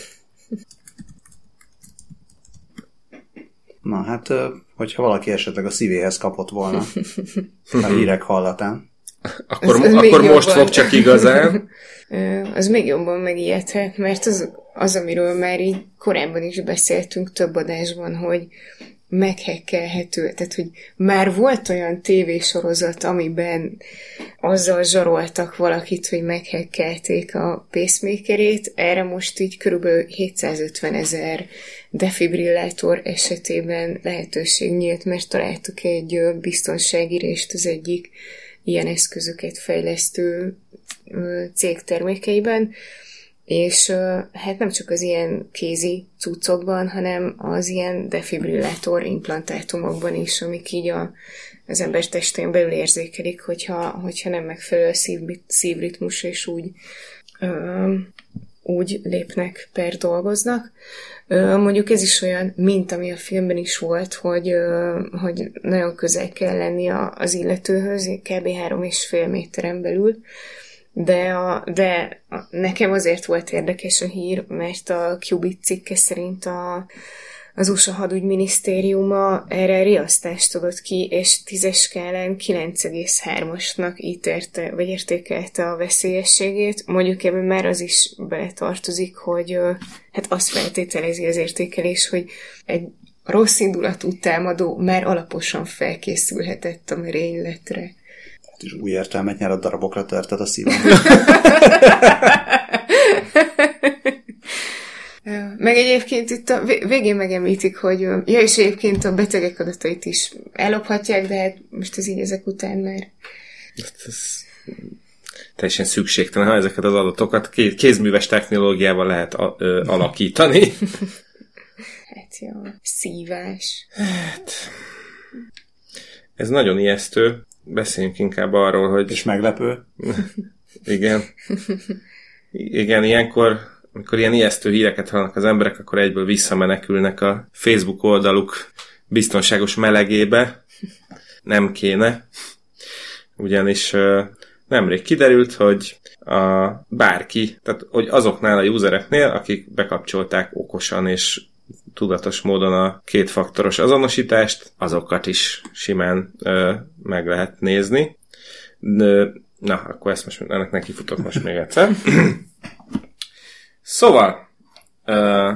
Na hát, hogyha valaki esetleg a szívéhez kapott volna a hírek hallatán. Akkor, akkor most fog csak igazán. Az még jobban megijedhet, mert az, az, amiről már így korábban is beszéltünk több adásban, hogy meghekkelhető, tehát hogy már volt olyan tévésorozat, amiben azzal zsaroltak valakit, hogy meghekkelték a pacemakerét, erre most így körülbelül hétszázötven ezer defibrillátor esetében lehetőség nyílt, mert találtuk egy biztonsági rést az egyik ilyen eszközöket fejlesztő cég termékeiben, és hát nem csak az ilyen kézi cuccokban, hanem az ilyen defibrillátor implantátumokban is, amik így a, az ember testén belül érzékelik, hogyha, hogyha nem megfelelő a szív, szívritmus, és úgy, ö, úgy lépnek per dolgoznak. Ö, mondjuk ez is olyan, mint ami a filmben is volt, hogy, ö, hogy nagyon közel kell lenni az illetőhöz, kb. három és fél méteren belül, De, a, de a, nekem azért volt érdekes a hír, mert a Qubit cikke szerint a, az u es á hadügyminisztériuma erre riasztást adott ki, és tízes skálán kilenc egész hármasnak ítélte, vagy értékelte a veszélyességét. Mondjuk ebben már az is beletartozik, hogy hát azt feltételezi az értékelés, hogy egy rossz indulatú támadó már alaposan felkészülhetett a merényletre. És új értelmet nyer, a darabokra törted a szívem. Meg egyébként itt a végén megemlítik, hogy ja, és egyébként a betegek adatait is ellophatják, de hát most ez így ezek után már... Ez teljesen szükségtelen, ha ezeket az adatokat kézműves technológiával lehet a, ö, alakítani. Hát jó, szívás. Hát... Ez nagyon ijesztő. Beszéljünk inkább arról, hogy... És meglepő. Igen. Igen, ilyenkor, amikor ilyen ijesztő híreket hallanak az emberek, akkor egyből visszamenekülnek a Facebook oldaluk biztonságos melegébe. Nem kéne. Ugyanis uh, nemrég kiderült, hogy a bárki, tehát hogy azoknál a usereknél, akik bekapcsolták okosan és tudatos módon a kétfaktoros azonosítást, azokat is simán ö, meg lehet nézni. Ö, na, akkor ezt most ennek nekifutok most még egyszer. Szóval ö,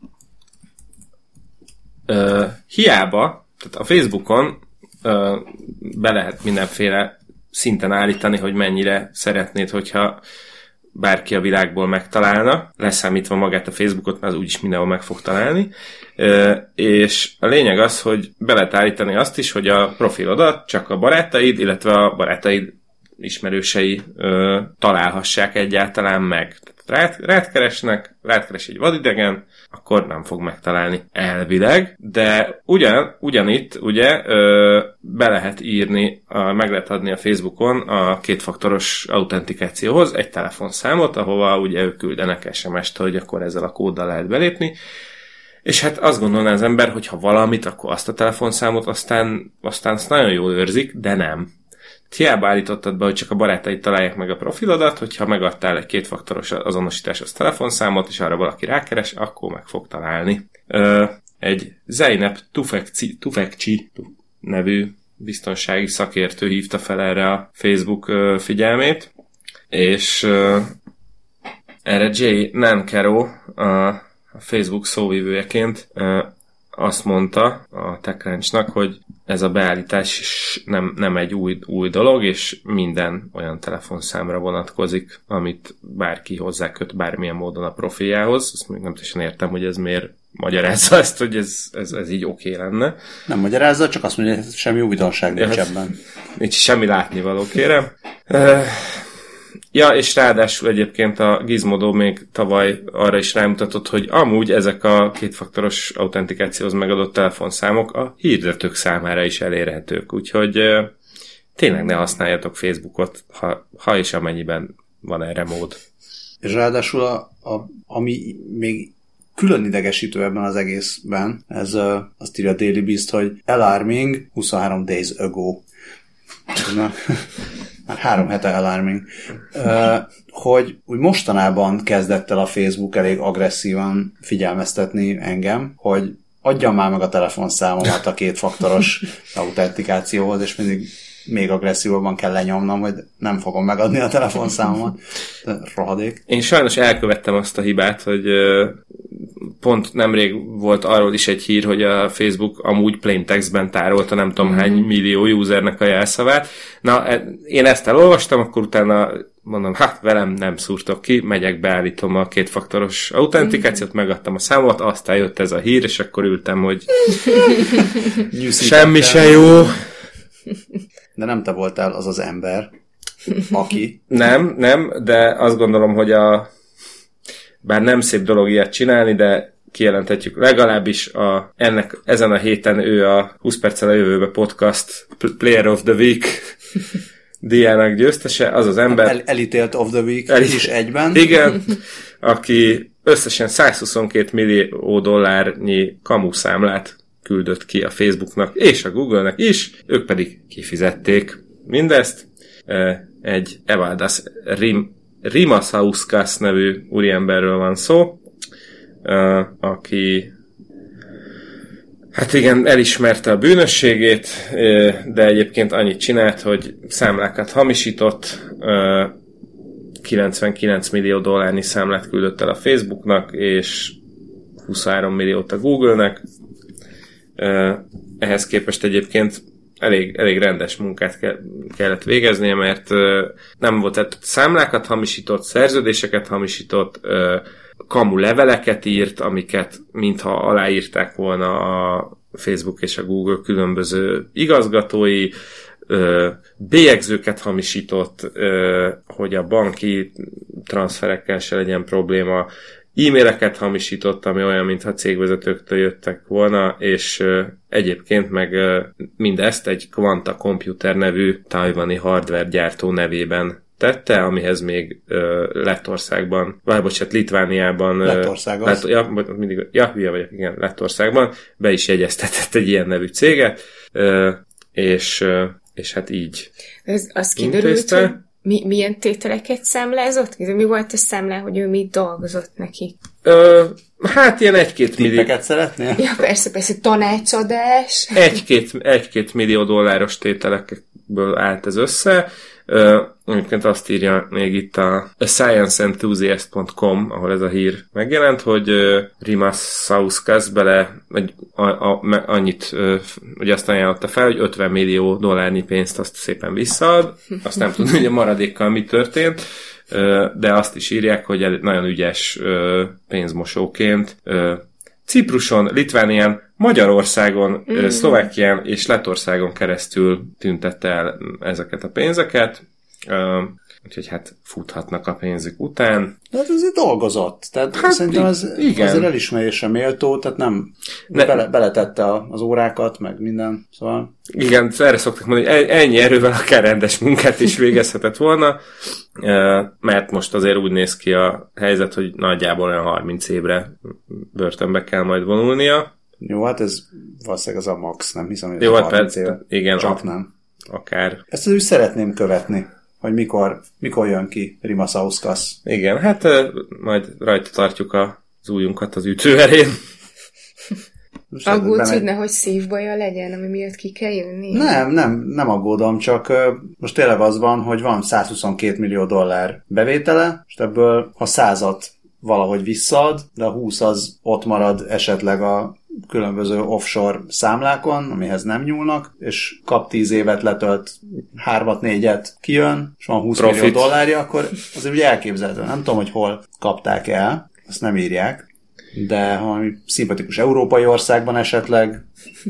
ö, hiába, tehát a Facebookon ö, be lehet mindenféle szinten állítani, hogy mennyire szeretnéd, hogyha bárki a világból megtalálna, leszámítva magát a Facebookot, mert az úgyis mindenhol meg fog találni, és a lényeg az, hogy be lehet állítani azt is, hogy a profilodat csak a barátaid, illetve a barátaid ismerősei találhassák egyáltalán meg. Rád, rád keresnek, rád keres egy vadidegen, akkor nem fog megtalálni elvileg, de ugyan, ugyanitt ugye ö, be lehet írni, a, meg lehet adni a Facebookon a kétfaktoros autentikációhoz egy telefonszámot, ahova ugye ők küldenek es em est, hogy akkor ezzel a kóddal lehet belépni, és hát azt gondolná az ember, hogy ha valamit, akkor azt a telefonszámot aztán, aztán azt nagyon jól őrzik, de nem. Hiába állítottad be, hogy csak a barátaid találják meg a profilodat, hogyha megadtál egy kétfaktoros azonosításos telefonszámot, és arra valaki rákeres, akkor meg fog találni. Ö, egy Zeynep Tufekci, Tufekci nevű biztonsági szakértő hívta fel erre a Facebook ö, figyelmét, és ö, erre Jay Nancaro, a, a Facebook szóvivőjeként ö, azt mondta a TechCrunchnak, hogy ez a beállítás nem, nem egy új, új dolog, és minden olyan telefonszámra vonatkozik, amit bárki hozzáköt bármilyen módon a profiljához. Azt még nem teljesen értem, hogy ez miért magyarázza ezt, hogy ez, ez, ez így oké okay lenne. Nem magyarázza, csak azt mondja, hogy semmi újdonság nincs ebben. Nincs semmi látnivaló, kérem. Ja, és ráadásul egyébként a Gizmodo még tavaly arra is rámutatott, hogy amúgy ezek a kétfaktoros autentikációhoz megadott telefonszámok a hirdetők számára is elérhetők. Úgyhogy euh, tényleg ne használjatok Facebookot, ha, ha és amennyiben van erre mód. És ráadásul a, a, ami még külön idegesítő ebben az egészben, ez uh, azt írja a Daily Beast, hogy alarming huszonhárom days ago. Na, már három hete alarming. Uh, hogy úgy mostanában kezdett el a Facebook elég agresszívan figyelmeztetni engem, hogy adjam már meg a telefonszámomat a kétfaktoros autentikációhoz, és mindig még agresszívabban kell lenyomnom, hogy nem fogom megadni a telefonszámomat. Rohadék. Én sajnos elkövettem azt a hibát, hogy pont nemrég volt arról is egy hír, hogy a Facebook amúgy plain textben tárolta nem tudom hány millió usernek a jelszavát. Na, én ezt elolvastam, akkor utána mondom, hát velem nem szúrtok ki, megyek, beállítom a kétfaktoros autentikációt, megadtam a számomat, aztán jött ez a hír, és akkor ültem, hogy semmi se jó. De nem te voltál az az ember, aki... Nem, nem, de azt gondolom, hogy a bár nem szép dolog ilyet csinálni, de kijelentetjük legalábbis a, ennek, ezen a héten ő a húsz perccel a jövőbe podcast Player of the Week díjának győztese, az az ember... El, elítélt of the Week el, is egyben. Igen, aki összesen százhuszonkét millió dollárnyi kamuszámlát küldött ki a Facebooknak és a Googlenek is, ők pedig kifizették mindezt. Egy Evaldas Rim, Rimasauskas nevű úriemberről van szó, aki hát igen, elismerte a bűnösségét, de egyébként annyit csinált, hogy számlákat hamisított, kilencvenkilenc millió dollárnyi számlát küldött el a Facebooknak, és huszonhárom milliót a Googlenek. Ehhez képest egyébként elég, elég rendes munkát ke- kellett végeznie, mert nem volt, tehát számlákat hamisított, szerződéseket hamisított, kamu leveleket írt, amiket mintha aláírták volna a Facebook és a Google különböző igazgatói, bélyegzőket hamisított, hogy a banki transferekkel se legyen probléma, e-maileket hamisított, ami olyan, mintha cégvezetőktől jöttek volna, és uh, egyébként meg uh, mindezt egy Quanta Computer nevű tajvani hardware gyártó nevében tette, amihez még uh, Lettországban, vagy bocsánat, Litvániában uh, Lettország az? Lett, ja, mindig, ja, hülye vagyok, igen, Lettországban be is jegyeztetett egy ilyen nevű céget, uh, és, uh, és hát így Ez az kiderült, hogy Mi, milyen tételeket számlázott? Mi volt a számlá, hogy ő mit dolgozott neki? Ö, hát ilyen egy-két millió... Tippeket szeretnél? Ja, persze, persze, tanácsadás. Egy-két, egy-két millió dolláros tételekből állt ez össze. Ö, egyébként azt írja még itt a, a science enthusiast pont com, ahol ez a hír megjelent, hogy uh, Rimasauskas bele vagy a, a, annyit, uh, hogy azt ajánlotta fel, hogy ötven millió dollárnyi pénzt azt szépen visszaad. Azt nem tudom, hogy a maradékkal mi történt, uh, de azt is írják, hogy nagyon ügyes uh, pénzmosóként uh, Cipruson, Litvánián, Magyarországon, mm. Szlovákián és Lettországon keresztül tüntette el ezeket a pénzeket, uh, úgyhogy hát futhatnak a pénzük után. Hát azért dolgozott, tehát hát szerintem az, igen. azért elismerésre méltó, tehát nem ne, bele, beletette az órákat, meg minden, szóval... Igen, erre szoktak mondani, hogy ennyi erővel akár rendes munkát is végezhetett volna, mert most azért úgy néz ki a helyzet, hogy nagyjából olyan harminc évre börtönbe kell majd vonulnia. Jó, hát ez valószínűleg az a max, nem hiszem, hogy Jó, harminc persze, éve. igen, Csak a, nem. Akár. Ezt úgy szeretném követni, hogy mikor, mikor jön ki Rimasauskas. Igen, hát majd rajta tartjuk az ujjunkat az ütőerén. Aggódsz, hogy nehogy szívbaja legyen, ami miatt ki kell jönni? Nem, nem, nem aggódom, csak uh, most tényleg az van, hogy van százhuszonkét millió dollár bevétele, és ebből ha százat valahogy visszaad, de a húsz az ott marad esetleg a különböző offshore számlákon, amihez nem nyúlnak, és kap tíz évet, letölt hármat, négyet, kijön, és van húsz millió dollárja, akkor azért ugye elképzelhető. Nem tudom, hogy hol kapták el, azt nem írják, de ha szimpatikus európai országban esetleg...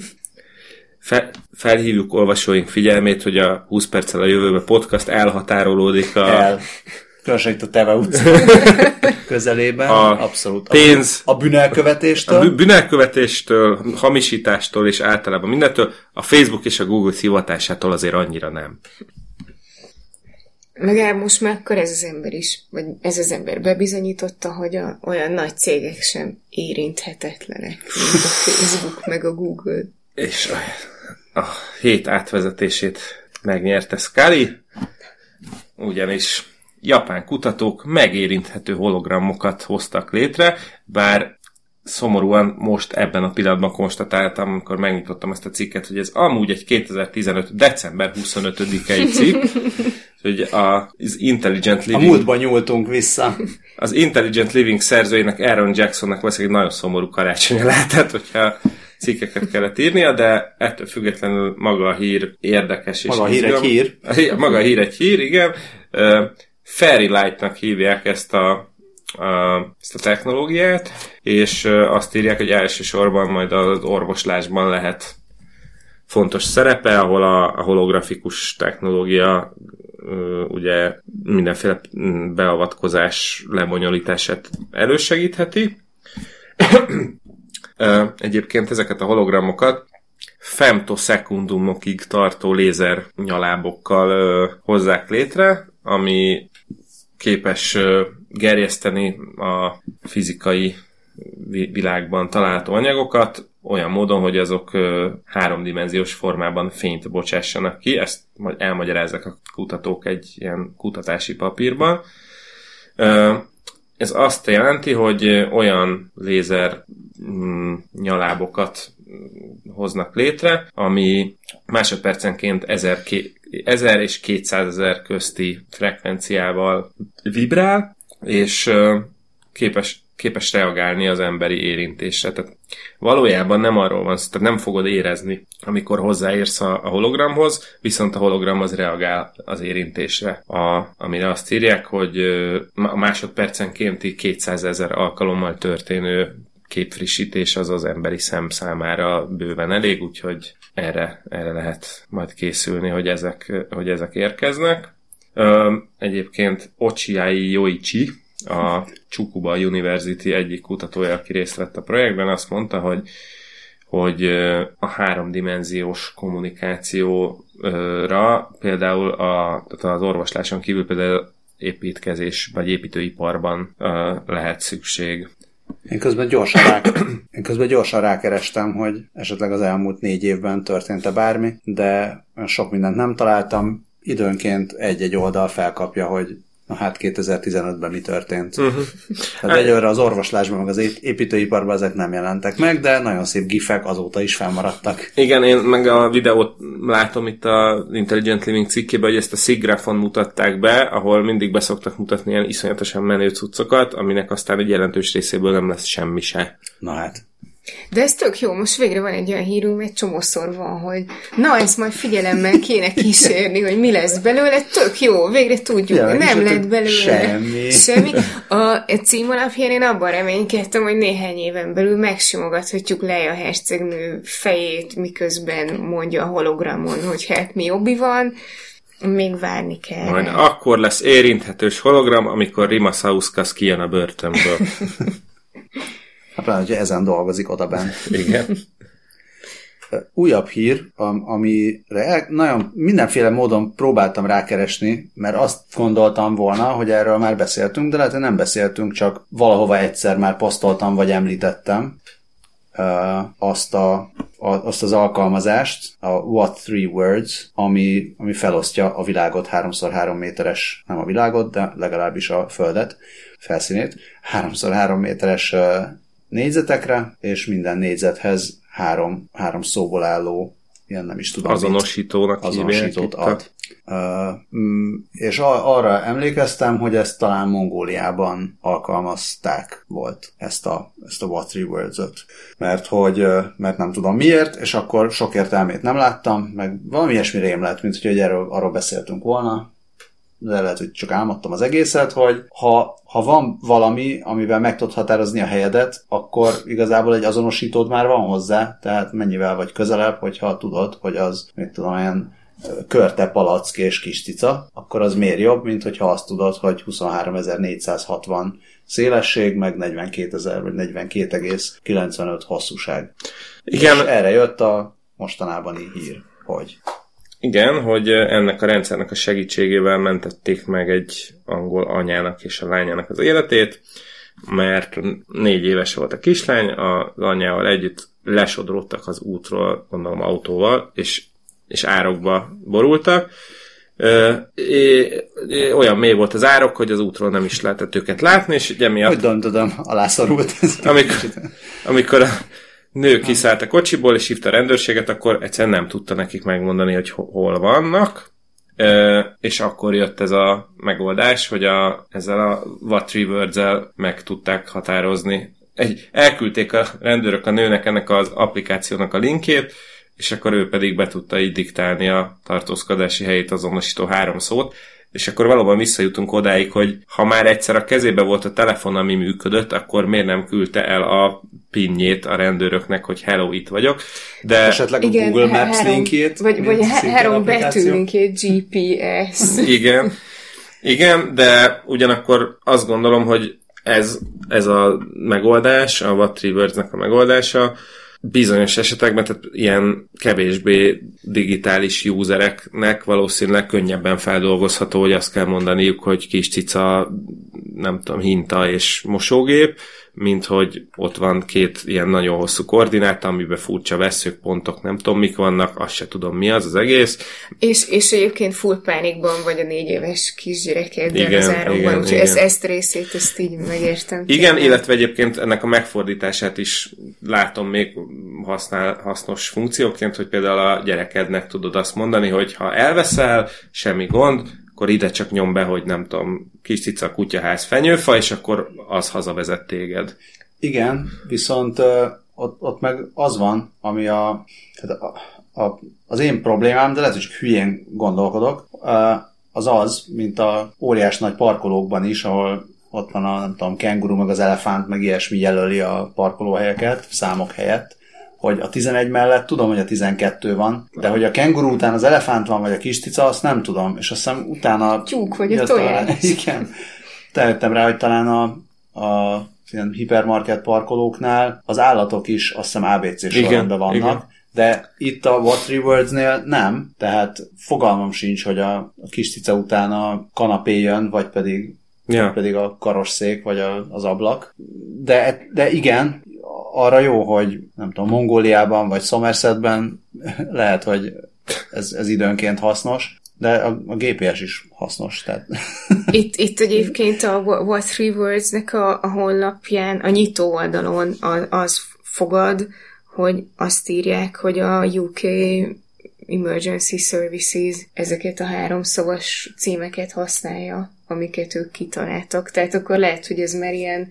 Fel, felhívjuk olvasóink figyelmét, hogy a húsz perccel a jövőbe podcast elhatárolódik a... El. Különösen itt a Teve utca közelében. A abszolút. Pénz, a bűnelkövetéstől. A bűnelkövetéstől, hamisítástól és általában mindentől. A Facebook és a Google hivatásától azért annyira nem. Legalább most már akkor ez az ember is, vagy ez az ember bebizonyította, hogy a, olyan nagy cégek sem érinthetetlenek, mint a Facebook meg a Google. És a, a hét átvezetését megnyerte Scully, ugyanis japán kutatók megérinthető hologramokat hoztak létre, bár szomorúan most ebben a pillanatban konstatáltam, amikor megnyitottam ezt a cikket, hogy ez amúgy egy kétezer-tizenöt. december huszonötödikei cikk, hogy az Intelligent Living... A múltban nyúltunk vissza. Az Intelligent Living szerzőjének, Aaron Jacksonnak valószínűleg egy nagyon szomorú karácsonya lehetett, hogyha cikkeket kellett írnia, de ettől függetlenül maga a hír érdekes. Maga és a hír egy hír. Maga a hír egy hír, igen. Uh, Fairy Light-nak hívják ezt a A, ezt a technológiát, és azt írják, hogy elsősorban majd az orvoslásban lehet fontos szerepe, ahol a, a holografikus technológia ugye mindenféle beavatkozás lebonyolítását elősegítheti. Egyébként ezeket a hologramokat femtoszekundumokig tartó lézer nyalábokkal hozzák létre, ami képes gerjeszteni a fizikai világban található anyagokat olyan módon, hogy azok háromdimenziós formában fényt bocsássanak ki. Ezt majd elmagyarázzák a kutatók egy ilyen kutatási papírban. Ez azt jelenti, hogy olyan lézer nyalábokat hoznak létre, ami másodpercenként ezer és kétszázezer közti frekvenciával vibrál, és képes, képes reagálni az emberi érintésre. Tehát valójában nem arról van szó, tehát nem fogod érezni, amikor hozzáérsz a, a hologramhoz, viszont a hologram az reagál az érintésre. A, amire azt írják, hogy a másodpercenkénti kétszázezer alkalommal történő képfrissítés az az emberi szem számára bőven elég, úgyhogy erre, erre lehet majd készülni, hogy ezek, hogy ezek érkeznek. Ö, egyébként Ochiai Yoichi, a Tsukuba University egyik kutatója, aki részt vett a projektben, azt mondta, hogy, hogy a háromdimenziós kommunikációra például a, tehát az orvosláson kívül például építkezés vagy építőiparban lehet szükség. Én közben gyorsan, rá, én közben gyorsan rákerestem, hogy esetleg az elmúlt négy évben történt-e bármi, de sok mindent nem találtam. Időnként egy-egy oldal felkapja, hogy na hát kétezer-tizenötben mi történt. Uh-huh. Tehát egyőre az orvoslásban, meg az építőiparban ezek nem jelentek meg, de nagyon szép gifek azóta is fennmaradtak. Igen, én meg a videót látom itt a Intelligent Living cikkében, hogy ezt a SIGGRAPH-on mutatták be, ahol mindig beszoktak mutatni ilyen iszonyatosan menő cuccokat, aminek aztán egy jelentős részéből nem lesz semmi se. Na hát. De ez tök jó, most végre van egy olyan hírunk, egy csomószor van, hogy na, ezt majd figyelemmel kéne kísérni, hogy mi lesz belőle, tök jó, végre tudjuk, ja, nem lett belőle semmi. semmi. A cím alapján én abban reménykedtem, hogy néhány éven belül megsimogathatjuk Leia hercegnő fejét, miközben mondja a hologramon, hogy hát mi Obi van, még várni kell. Majd akkor lesz érinthetős hologram, amikor Rima Sauskas kijön a börtönből. Hát pláne, hogyha ezen dolgozik oda bent. Igen. Újabb hír, amire nagyon mindenféle módon próbáltam rákeresni, mert azt gondoltam volna, hogy erről már beszéltünk, de lehet, hogy nem beszéltünk, csak valahova egyszer már posztoltam, vagy említettem azt, a, azt az alkalmazást, a What Three Words, ami, ami felosztja a világot háromszor három méteres, nem a világot, de legalábbis a Földet, felszínét, háromszor három méteres négyzetekre, és minden négyzethez három, három szóból álló, ilyen nem is tudom, azonosítónak azonosítót ad. Uh, és a, arra emlékeztem, hogy ezt talán Mongóliában alkalmazták volt, ezt a, ezt a What Three Words-öt. Mert hogy, mert nem tudom miért, és akkor sok értelmét nem láttam, meg valami ilyesmi rém lett, mint hogy erről, arról beszéltünk volna, de lehet, hogy csak álmodtam az egészet, hogy ha, ha van valami, amivel meg tudod határozni a helyedet, akkor igazából egy azonosítód már van hozzá, tehát mennyivel vagy közelebb, hogyha tudod, hogy az, mit tudom, olyan körte, palack és kis cica, akkor az miért jobb, mint hogyha azt tudod, hogy huszonháromezer-négyszázhatvan szélesség, meg negyvenkétezer vagy negyvenkét egész kilencvenöt hosszúság. Igen. És erre jött a mostanában hír, hogy... Igen, hogy ennek a rendszernek a segítségével mentették meg egy angol anyának és a lányának az életét, mert négy éves volt a kislány, az anyával együtt lesodródtak az útról, gondolom autóval, és, és árokba borultak. Ö, é, é, olyan mély volt az árok, hogy az útról nem is lehetett őket látni, és ugye miatt... Hogy döntödöm, alászorult. Amikor, amikor a nő kiszállt a kocsiból, és hívta a rendőrséget, akkor egyszerűen nem tudta nekik megmondani, hogy hol vannak, Ö, és akkor jött ez a megoldás, hogy a, ezzel a What Three Words-el meg tudták határozni. Egy, elküldték a rendőrök a nőnek ennek az applikációnak a linkjét, és akkor ő pedig be tudta így diktálni a tartózkodási helyét azonosító három szót, és akkor valóban visszajutunk odáig, hogy ha már egyszer a kezébe volt a telefon, ami működött, akkor miért nem küldte el a pinjét a rendőröknek, hogy hello, itt vagyok. De esetleg a igen, Google Maps három, linkjét. Vagy, vagy három betűlinkjét, gé pé es. Igen. Igen, de ugyanakkor azt gondolom, hogy ez, ez a megoldás, a What Three Words-nek a megoldása, bizonyos esetekben, tehát ilyen kevésbé digitális usereknek valószínűleg könnyebben feldolgozható, hogy azt kell mondaniuk, hogy kis cica, nem tudom, hinta és mosógép, mint hogy ott van két ilyen nagyon hosszú koordináta, amiben furcsa vesszők, pontok, nem tudom mik vannak, azt se tudom mi az az egész. És, és egyébként full pánikban vagy a négy éves kisgyerekeddel az árokban, úgyhogy ezt, ezt részét, ezt így megértem. Igen, tényleg. Illetve egyébként ennek a megfordítását is látom még használ, hasznos funkcióként, hogy például a gyerekednek tudod azt mondani, hogy ha elveszel, semmi gond, akkor ide csak nyom be, hogy nem tudom, kis cica, kutyaház, fenyőfa, és akkor az hazavezet téged. Igen, viszont uh, ott, ott meg az van, ami a, a, a, az én problémám, de lehet, hogy csak hülyén gondolkodok, uh, az az, mint a óriás nagy parkolókban is, ahol ott van a, nem tudom, kenguru, meg az elefánt, meg ilyesmi jelöli a parkolóhelyeket, számok helyett, hogy a tizenegy mellett tudom, hogy a tizenkettő van, de hogy a kenguru után az elefánt van, vagy a kis cica, azt nem tudom. És azt hiszem utána... Tyúk, vagy a tojás. Igen. Tehettem rá, hogy talán a, a ilyen hipermarket parkolóknál az állatok is azt hiszem á bé cé sorrendben vannak, igen. De itt a What Three Words-nél nem, tehát fogalmam sincs, hogy a, a kis cica után a kanapé jön, vagy pedig, ja. vagy pedig a karosszék, vagy a, az ablak. De, de igen, arra jó, hogy nem tudom, Mongóliában vagy Somersetben lehet, hogy ez, ez időnként hasznos, de a, a gé pé es is hasznos. Tehát. Itt, itt egyébként a What Three Words-nek a, a honlapján, a nyitó oldalon az, az fogad, hogy azt írják, hogy a U K Emergency Services ezeket a háromszavas címeket használja, amiket ők kitaláltak. Tehát akkor lehet, hogy ez már ilyen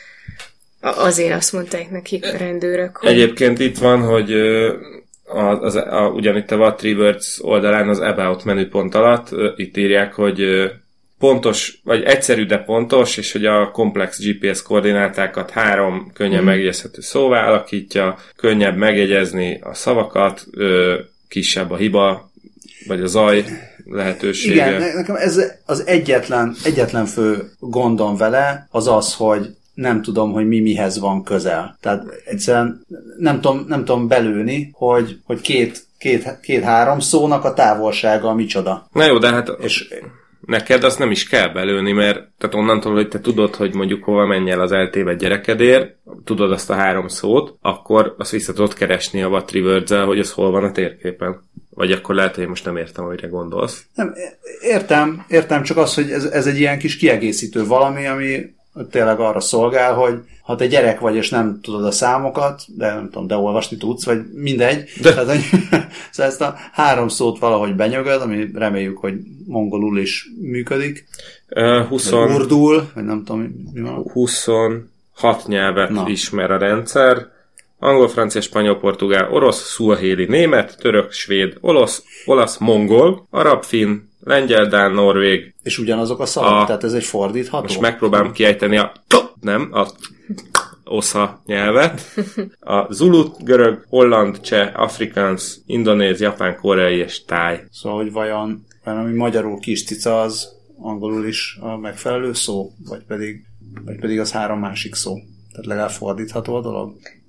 azért azt mondták nekik a rendőrök, hogy... Egyébként itt van, hogy az, az, a, ugyanitt a What Three Words oldalán az About menüpont alatt itt írják, hogy pontos, vagy egyszerű, de pontos, és hogy a komplex gé pé es koordinátákat három könnyen mm. megjegyezhető szóvá alakítja, könnyebb megjegyezni a szavakat, kisebb a hiba, vagy a zaj lehetősége. Igen, nekem ez az egyetlen, egyetlen fő gondom vele az az, hogy nem tudom, hogy mi mihez van közel. Tehát egyszerűen nem tudom, nem tudom belőni, hogy, hogy két, két, két-három szónak a távolsága micsoda. Na jó, de hát és neked azt nem is kell belőni, mert tehát onnantól, hogy te tudod, hogy mondjuk hova menj el az eltévedt gyerekedért, tudod azt a három szót, akkor azt vissza tudod keresni a What Three Words-el, hogy az hol van a térképen. Vagy akkor lehet, hogy most nem értem, amire gondolsz. Nem, értem, értem, csak az, hogy ez, ez egy ilyen kis kiegészítő valami, ami tényleg arra szolgál, hogy ha te gyerek vagy, és nem tudod a számokat, de nem tudom, de olvasni tudsz, vagy mindegy. De. Tehát, hogy, szóval ezt a három szót valahogy benyögöd, ami reméljük, hogy mongolul is működik. Uh, húsz vagy urdul, vagy nem tudom, mi van. huszonhat nyelvet Na. ismer a rendszer. Angol, francia, spanyol, portugál, orosz, szuahéli, német, török, svéd, olasz, olasz, mongol, arab, finn, lengyel, dán, norvég. És ugyanazok a szavak, a, tehát ez egy fordítható. Most megpróbálom kiejteni a nem, a osza nyelvet. A zulu, görög, holland, cseh, afrikáns, indonéz, japán, koreai és táj. Szóval, hogy vajon, vajon ami magyarul kis cica, az angolul is a megfelelő szó, vagy pedig, vagy pedig az három másik szó. Tehát legalább fordítható a dolog.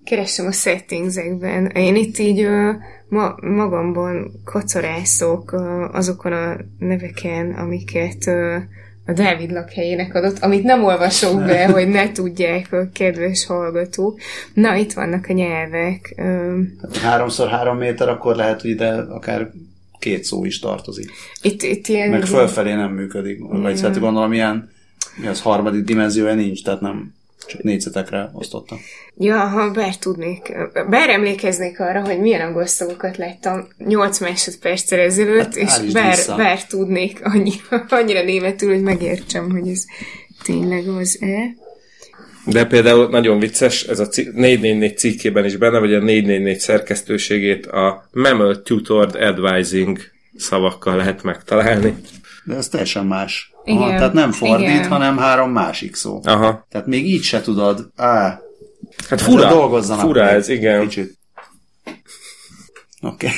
keresem a settingsekben. Én itt így ö, ma, magamban kocorászok ö, azokon a neveken, amiket ö, a Dávid lakhelyének adott, amit nem olvasok be, hogy ne tudják a kedves hallgatók. Na, itt vannak a nyelvek. Hát háromszor három méter, akkor lehet, hogy ide akár két szó is tartozik. Itt, itt ilyen... Meg fölfelé nem működik. Vagy hát gondolom, ilyen mi az harmadik dimenziója nincs, tehát nem csak négyzetekre osztottam. Ja, ha bár tudnék, bár emlékeznék arra, hogy milyen angol szavakat láttam nyolc másodperccel ezelőtt, hát, és bár, bár tudnék annyira, annyira németül, hogy megértsem, hogy ez tényleg az-e. De például nagyon vicces, ez a négy négy négy cikkében is benne, vagy a négy négy négy szerkesztőségét a Mammal Tutored Advising szavakkal lehet megtalálni. De ez teljesen más. Aha, tehát nem fordít, igen. hanem három másik szó. Aha. Tehát még így se tudod. Á, hát fura, fura ez, igen. Kicsit. Oké. Okay.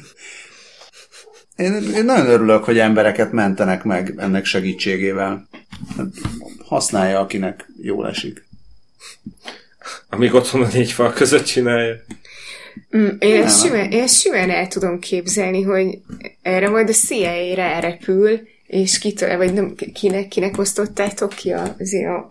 Én, én nagyon örülök, hogy embereket mentenek meg ennek segítségével. Használja, akinek jól esik. Amíg otthon a négy fal között csinálja. Mm, én, ezt simán, én ezt simán el tudom képzelni, hogy erre majd a C I A rárepül, és kitől, vagy nem, kinek, kinek osztottátok ki a, azért a,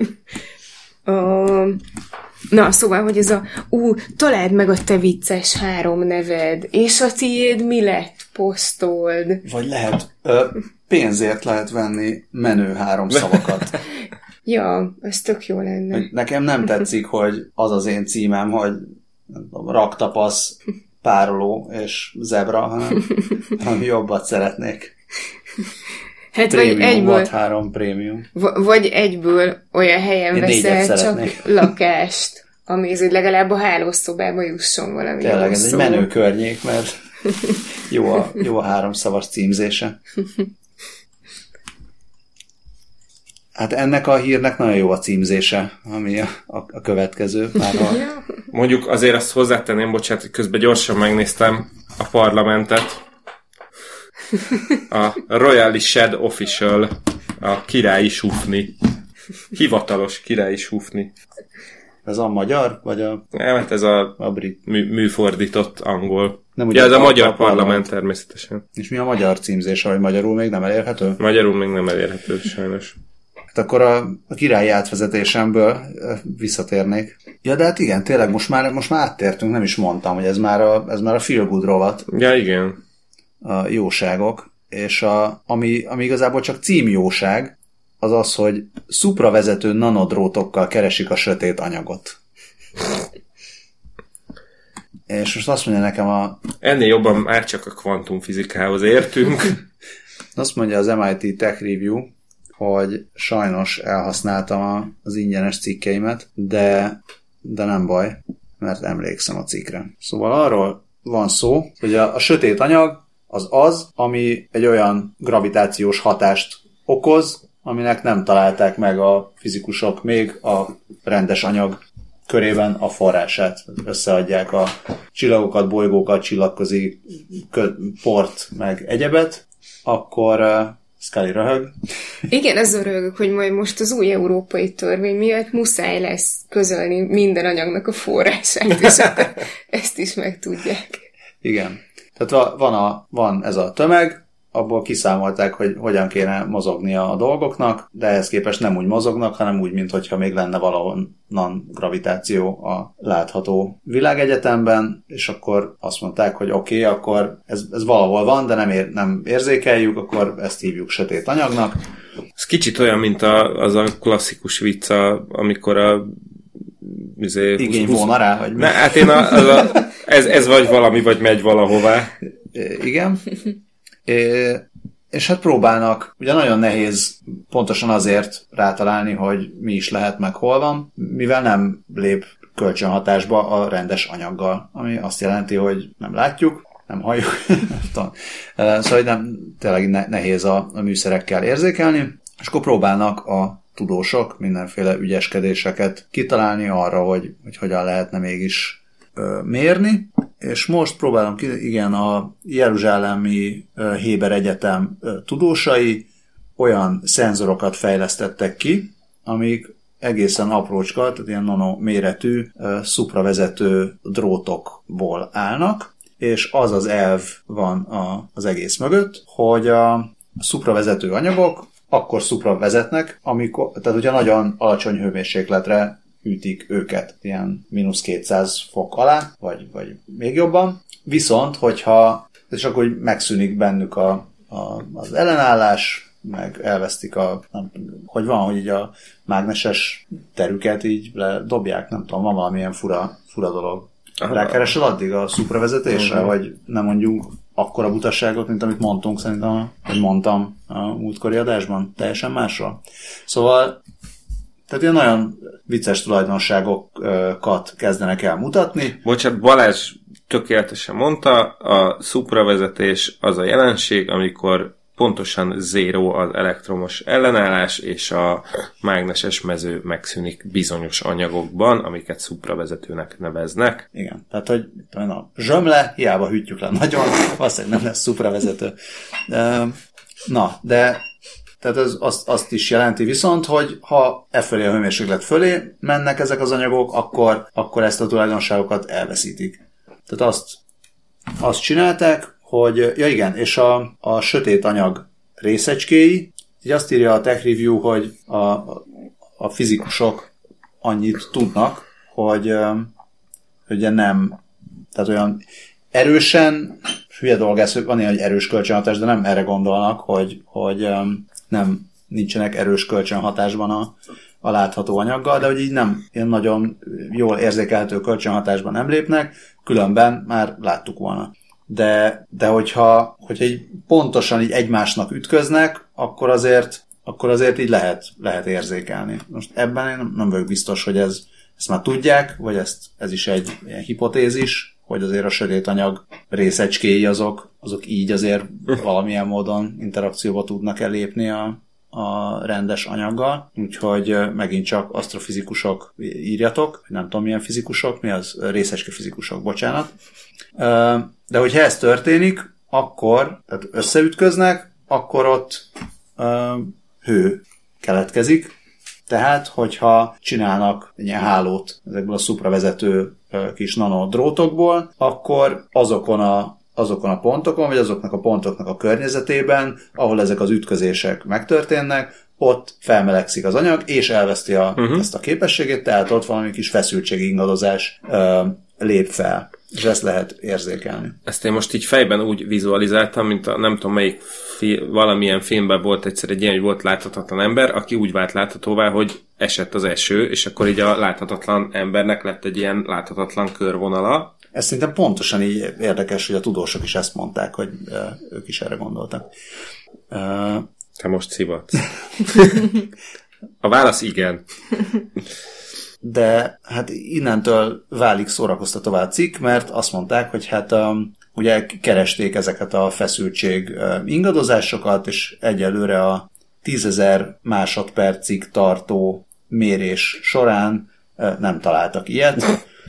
a na, szóval, hogy ez a ú, találd meg a te vicces három neved, és a tiéd mi lett, posztold. Vagy lehet, ö, pénzért lehet venni menő három szavakat. Ja, ez tök jó lenne. Nekem nem tetszik, hogy az az én címem, hogy raktapasz, pároló és zebra, hanem, hanem jobbat szeretnék. Hát prémium vagy egyből, volt három prémium. V- vagy egyből olyan helyen veszel csak lakást, ami ez, hogy legalább a hálószobába jusson valami. Tényleg, ez egy menő környék, mert jó a, jó a háromszavas címzése. Hát ennek a hírnek nagyon jó a címzése, ami a, a, a következő. Már a... Mondjuk azért azt hozzátenném, bocsánat, hogy közben gyorsan megnéztem a parlamentet. A Royal Shed Official, a királyi sufni. Hivatalos királyi sufni. Ez a magyar, vagy a... Nem, hát ez a, a brit. Mű, műfordított angol. Nem, ja, ez a, a magyar parlament, parlament természetesen. És mi a magyar címzése, hogy magyarul még nem elérhető? Magyarul még nem elérhető, sajnos. Hát akkor a, a királyi átvezetésemből visszatérnék. Ja, de hát igen, tényleg most már, most már áttértünk, nem is mondtam, hogy ez már a, ez már a feel good rovat. Ja, igen. A jóságok, és a, ami, ami igazából csak címjóság, az az, hogy szupravezető nanodrótokkal keresik a sötét anyagot. És most azt mondja nekem a... Ennél jobban már csak a kvantumfizikához értünk. Azt mondja az em i té Tech Review, hogy sajnos elhasználtam az ingyenes cikkeimet, de, de nem baj, mert emlékszem a cikkre. Szóval arról van szó, hogy a, a sötét anyag az az, ami egy olyan gravitációs hatást okoz, aminek nem találták meg a fizikusok még a rendes anyag körében a forrását. Összeadják a csillagokat, bolygókat, csillagközi port, meg egyebet, akkor uh, Scully röhög. Igen, az röhögök, hogy majd most az új európai törvény miatt muszáj lesz közölni minden anyagnak a forrását, és akkor ezt is megtudják. Igen. Tehát van, a, van ez a tömeg, abból kiszámolták, hogy hogyan kéne mozognia a dolgoknak, de ehhez képest nem úgy mozognak, hanem úgy, mintha még lenne valahonnan gravitáció a látható világegyetemben, és akkor azt mondták, hogy oké, okay, akkor ez, ez valahol van, de nem, ér, nem érzékeljük, akkor ezt hívjuk sötét anyagnak. Ez kicsit olyan, mint a, az a klasszikus vicca, amikor a izé, igény volna rá, hogy ne, hát én a, az a, ez, ez vagy valami, vagy megy valahová. Igen. É, és hát próbálnak, ugye nagyon nehéz pontosan azért rátalálni, hogy mi is lehet, meg hol van, mivel nem lép kölcsönhatásba a rendes anyaggal, ami azt jelenti, hogy nem látjuk, nem halljuk, szóval nem, tényleg nehéz a, a műszerekkel érzékelni, és akkor próbálnak a tudósok mindenféle ügyeskedéseket kitalálni arra, hogy, hogy hogyan lehetne mégis ö, mérni, és most próbálom ki, igen, a Jeruzsálemi ö, Héber Egyetem ö, tudósai olyan szenzorokat fejlesztettek ki, amik egészen aprócska, tehát ilyen nanoméretű szupravezető drótokból állnak, és az az elv van a, az egész mögött, hogy a szupravezető anyagok akkor szupravezetnek, amikor, tehát hogyha nagyon alacsony hőmérsékletre hűtik őket, ilyen mínusz kétszáz fok alá, vagy, vagy még jobban. Viszont, hogyha, és akkor megszűnik bennük a, a, az ellenállás, meg elvesztik a, nem, hogy van, hogy így a mágneses terüket így ledobják, nem tudom, van valamilyen fura, fura dolog. Rákeresel addig a szupravezetésre, uh-huh. vagy nem mondjunk akkora butasságot, mint amit mondtunk szerintem, hogy mondtam a múltkori adásban, teljesen másról. Szóval tehát ilyen nagyon vicces tulajdonságokat kezdenek el mutatni. Bocsánat, Balázs tökéletesen mondta, a szupravezetés az a jelenség, amikor pontosan zéró az elektromos ellenállás, és a mágneses mező megszűnik bizonyos anyagokban, amiket szupravezetőnek neveznek. Igen, tehát hogy a zsömle, hiába hűtjük le nagyon, valószínűleg nem lesz szupravezető. Na, de tehát ez azt, azt is jelenti viszont, hogy ha e fölé a hőmérséklet fölé mennek ezek az anyagok, akkor, akkor ezt a tulajdonságokat elveszítik. Tehát azt, azt csinálták, hogy, ja igen, és a, a sötét anyag részecskéi, így azt írja a Tech Review, hogy a, a fizikusok annyit tudnak, hogy ugye nem, tehát olyan erősen, hülye dolog ez, hogy van ilyen, hogy erős kölcsönhatás, de nem erre gondolnak, hogy, hogy nem nincsenek erős kölcsönhatásban a, a látható anyaggal, de hogy így nem ilyen nagyon jól érzékelhető kölcsönhatásban nem lépnek, különben már láttuk volna. De, de hogyha, hogyha így pontosan így egymásnak ütköznek, akkor azért, akkor azért így lehet, lehet érzékelni. Most ebben én nem, nem vagyok biztos, hogy ez, ezt már tudják, vagy ezt, ez is egy ilyen hipotézis, hogy azért a sötét anyag részecskéi azok, azok így azért valamilyen módon interakcióba tudnak elépni a, a rendes anyaggal. Úgyhogy megint csak asztrofizikusok írjatok, nem tudom milyen fizikusok, mi az? Részecske fizikusok, bocsánat. De hogyha ez történik, akkor tehát összeütköznek, akkor ott hő keletkezik. Tehát, hogyha csinálnak egy ilyen hálót ezekből a szupravezető kis nanodrótokból, akkor azokon a, azokon a pontokon, vagy azoknak a pontoknak a környezetében, ahol ezek az ütközések megtörténnek, ott felmelegszik az anyag, és elveszti a, uh-huh. ezt a képességét, tehát ott valami kis feszültségi ingadozás ö, lép fel, és ezt lehet érzékelni. Ezt én most így fejben úgy vizualizáltam, mint a nem tudom melyik fi, valamilyen filmben volt egyszer egy ilyen, hogy volt láthatatlan ember, aki úgy vált láthatóvá, hogy esett az eső, és akkor így a láthatatlan embernek lett egy ilyen láthatatlan körvonala. Ez szerintem pontosan így érdekes, hogy a tudósok is ezt mondták, hogy uh, ők is erre gondoltak. Uh, Te most szivatsz. A válasz igen. De hát innentől válik szórakoztatóvá a cikk, mert azt mondták, hogy hát um, ugye keresték ezeket a feszültség uh, ingadozásokat, és egyelőre a tízezer másodpercig tartó mérés során uh, nem találtak ilyet.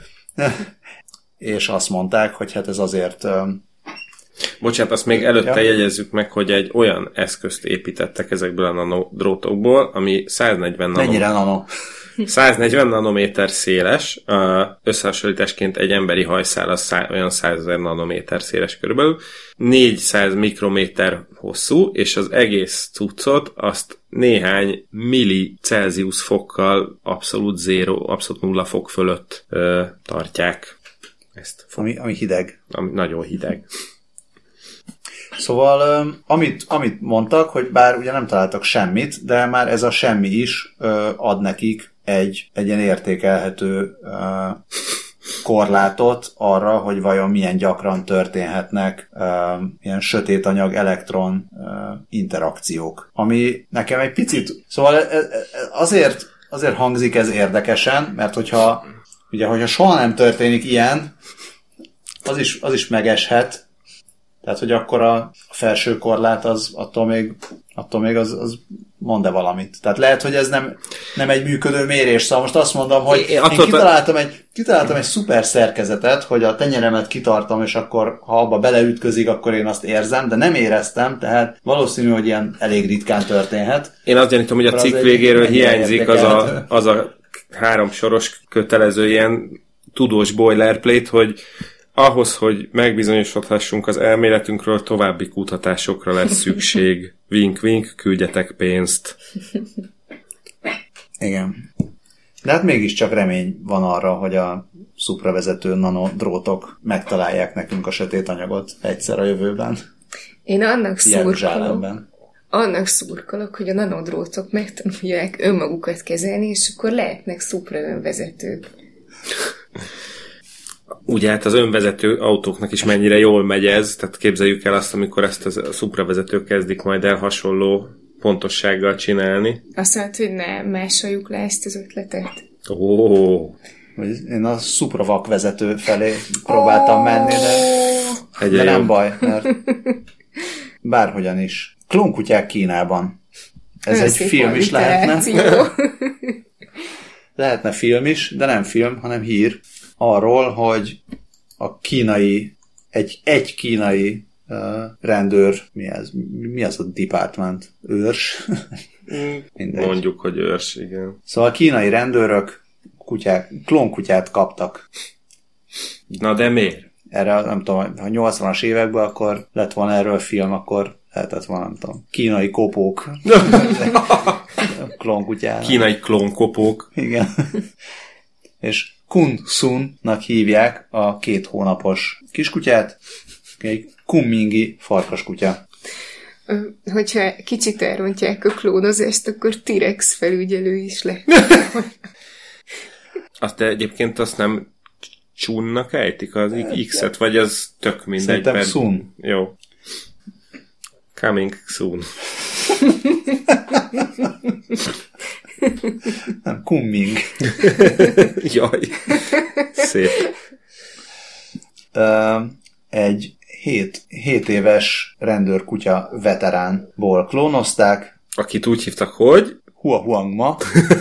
És azt mondták, hogy hát ez azért... Um, Bocsánat, azt még előtte ja. jegyezzük meg, hogy egy olyan eszközt építettek ezekből a nanodrótokból, ami száznegyven nano... Mennyire nano? száznegyven nanométer széles, összehasonlításként egy emberi hajszál az szá, olyan százezer nanométer széles körülbelül, négyszáz mikrométer hosszú, és az egész cuccot azt néhány milli Celsius fokkal abszolút zéro, abszolút nulla fok fölött ö, tartják. Ezt. Ami, ami hideg. Ami nagyon hideg. Szóval, amit, amit mondtak, hogy bár ugye nem találtak semmit, de már ez a semmi is ad nekik egy, egy ilyen értékelhető korlátot arra, hogy vajon milyen gyakran történhetnek ilyen sötét anyag elektron interakciók. Ami nekem egy picit... Szóval azért, azért hangzik ez érdekesen, mert hogyha, ugye, hogyha soha nem történik ilyen, az is, az is megeshet. Tehát, hogy akkor a felső korlát az attól még, attól még az, az mond-e valamit. Tehát lehet, hogy ez nem, nem egy működő mérés. Szóval most azt mondom, hogy én, én, én kitaláltam, egy, kitaláltam egy szuper szerkezetet, hogy a tenyeremet kitartom, és akkor ha abba beleütközik, akkor én azt érzem, de nem éreztem, tehát valószínű, hogy ilyen elég ritkán történhet. Én azt gyanítom, hogy a cikk végéről hiányzik az a, az a három soros kötelező ilyen tudós boilerplate, hogy ahhoz, hogy megbizonyosodhassunk az elméletünkről, további kutatásokra lesz szükség. Vink, vink, küldjetek pénzt. Igen. De hát mégiscsak remény van arra, hogy a szupravezető nanodrótok megtalálják nekünk a sötét anyagot egyszer a jövőben. Én annak szurkolok, annak szurkolok, hogy a nanodrótok megtanulják önmagukat kezelni, és akkor lehetnek szupraönvezetők. Ugye hát az önvezető autóknak is mennyire jól megy ez, tehát képzeljük el azt, amikor ezt a szupravezetők kezdik majd el hasonló pontossággal csinálni. Azt mondod, hogy ne másoljuk le ezt az ötletet. Ó. Oh. Én a szupravak vezető felé próbáltam oh. menni, de, de nem baj, mert bárhogyan is. Klónkutyák Kínában. Ez egy film is lehetne. Lehetne film is, de nem film, hanem hír. Arról, hogy a kínai, egy, egy kínai uh, rendőr, mi ez? Mi az a department? Őrs? Mondjuk, hogy őrs, igen. Szóval a kínai rendőrök kutyák, klónkutyát kaptak. Na de miért? Erre nem tudom, ha nyolcvanas években, akkor lett volna erről film, akkor lehetett volna, nem tudom, kínai kopók. Klónkutyának. Kínai klónkopók. Igen. És Kun Sun-nak hívják a két hónapos kiskutyát, egy kunmingi farkaskutya. Hogyha kicsit elrontják a klónozást, akkor T-rex felügyelő is le. Azt egyébként azt nem Chunnak ejtik az X-et, vagy az tök mindegy. Szerintem per... Sun. Jó. Coming soon. Nem, Kunming. Jaj. Szép. Uh, egy hét éves rendőrkutya veteránból klónozták. Akit úgy hívtak, hogy? Hua Huangma.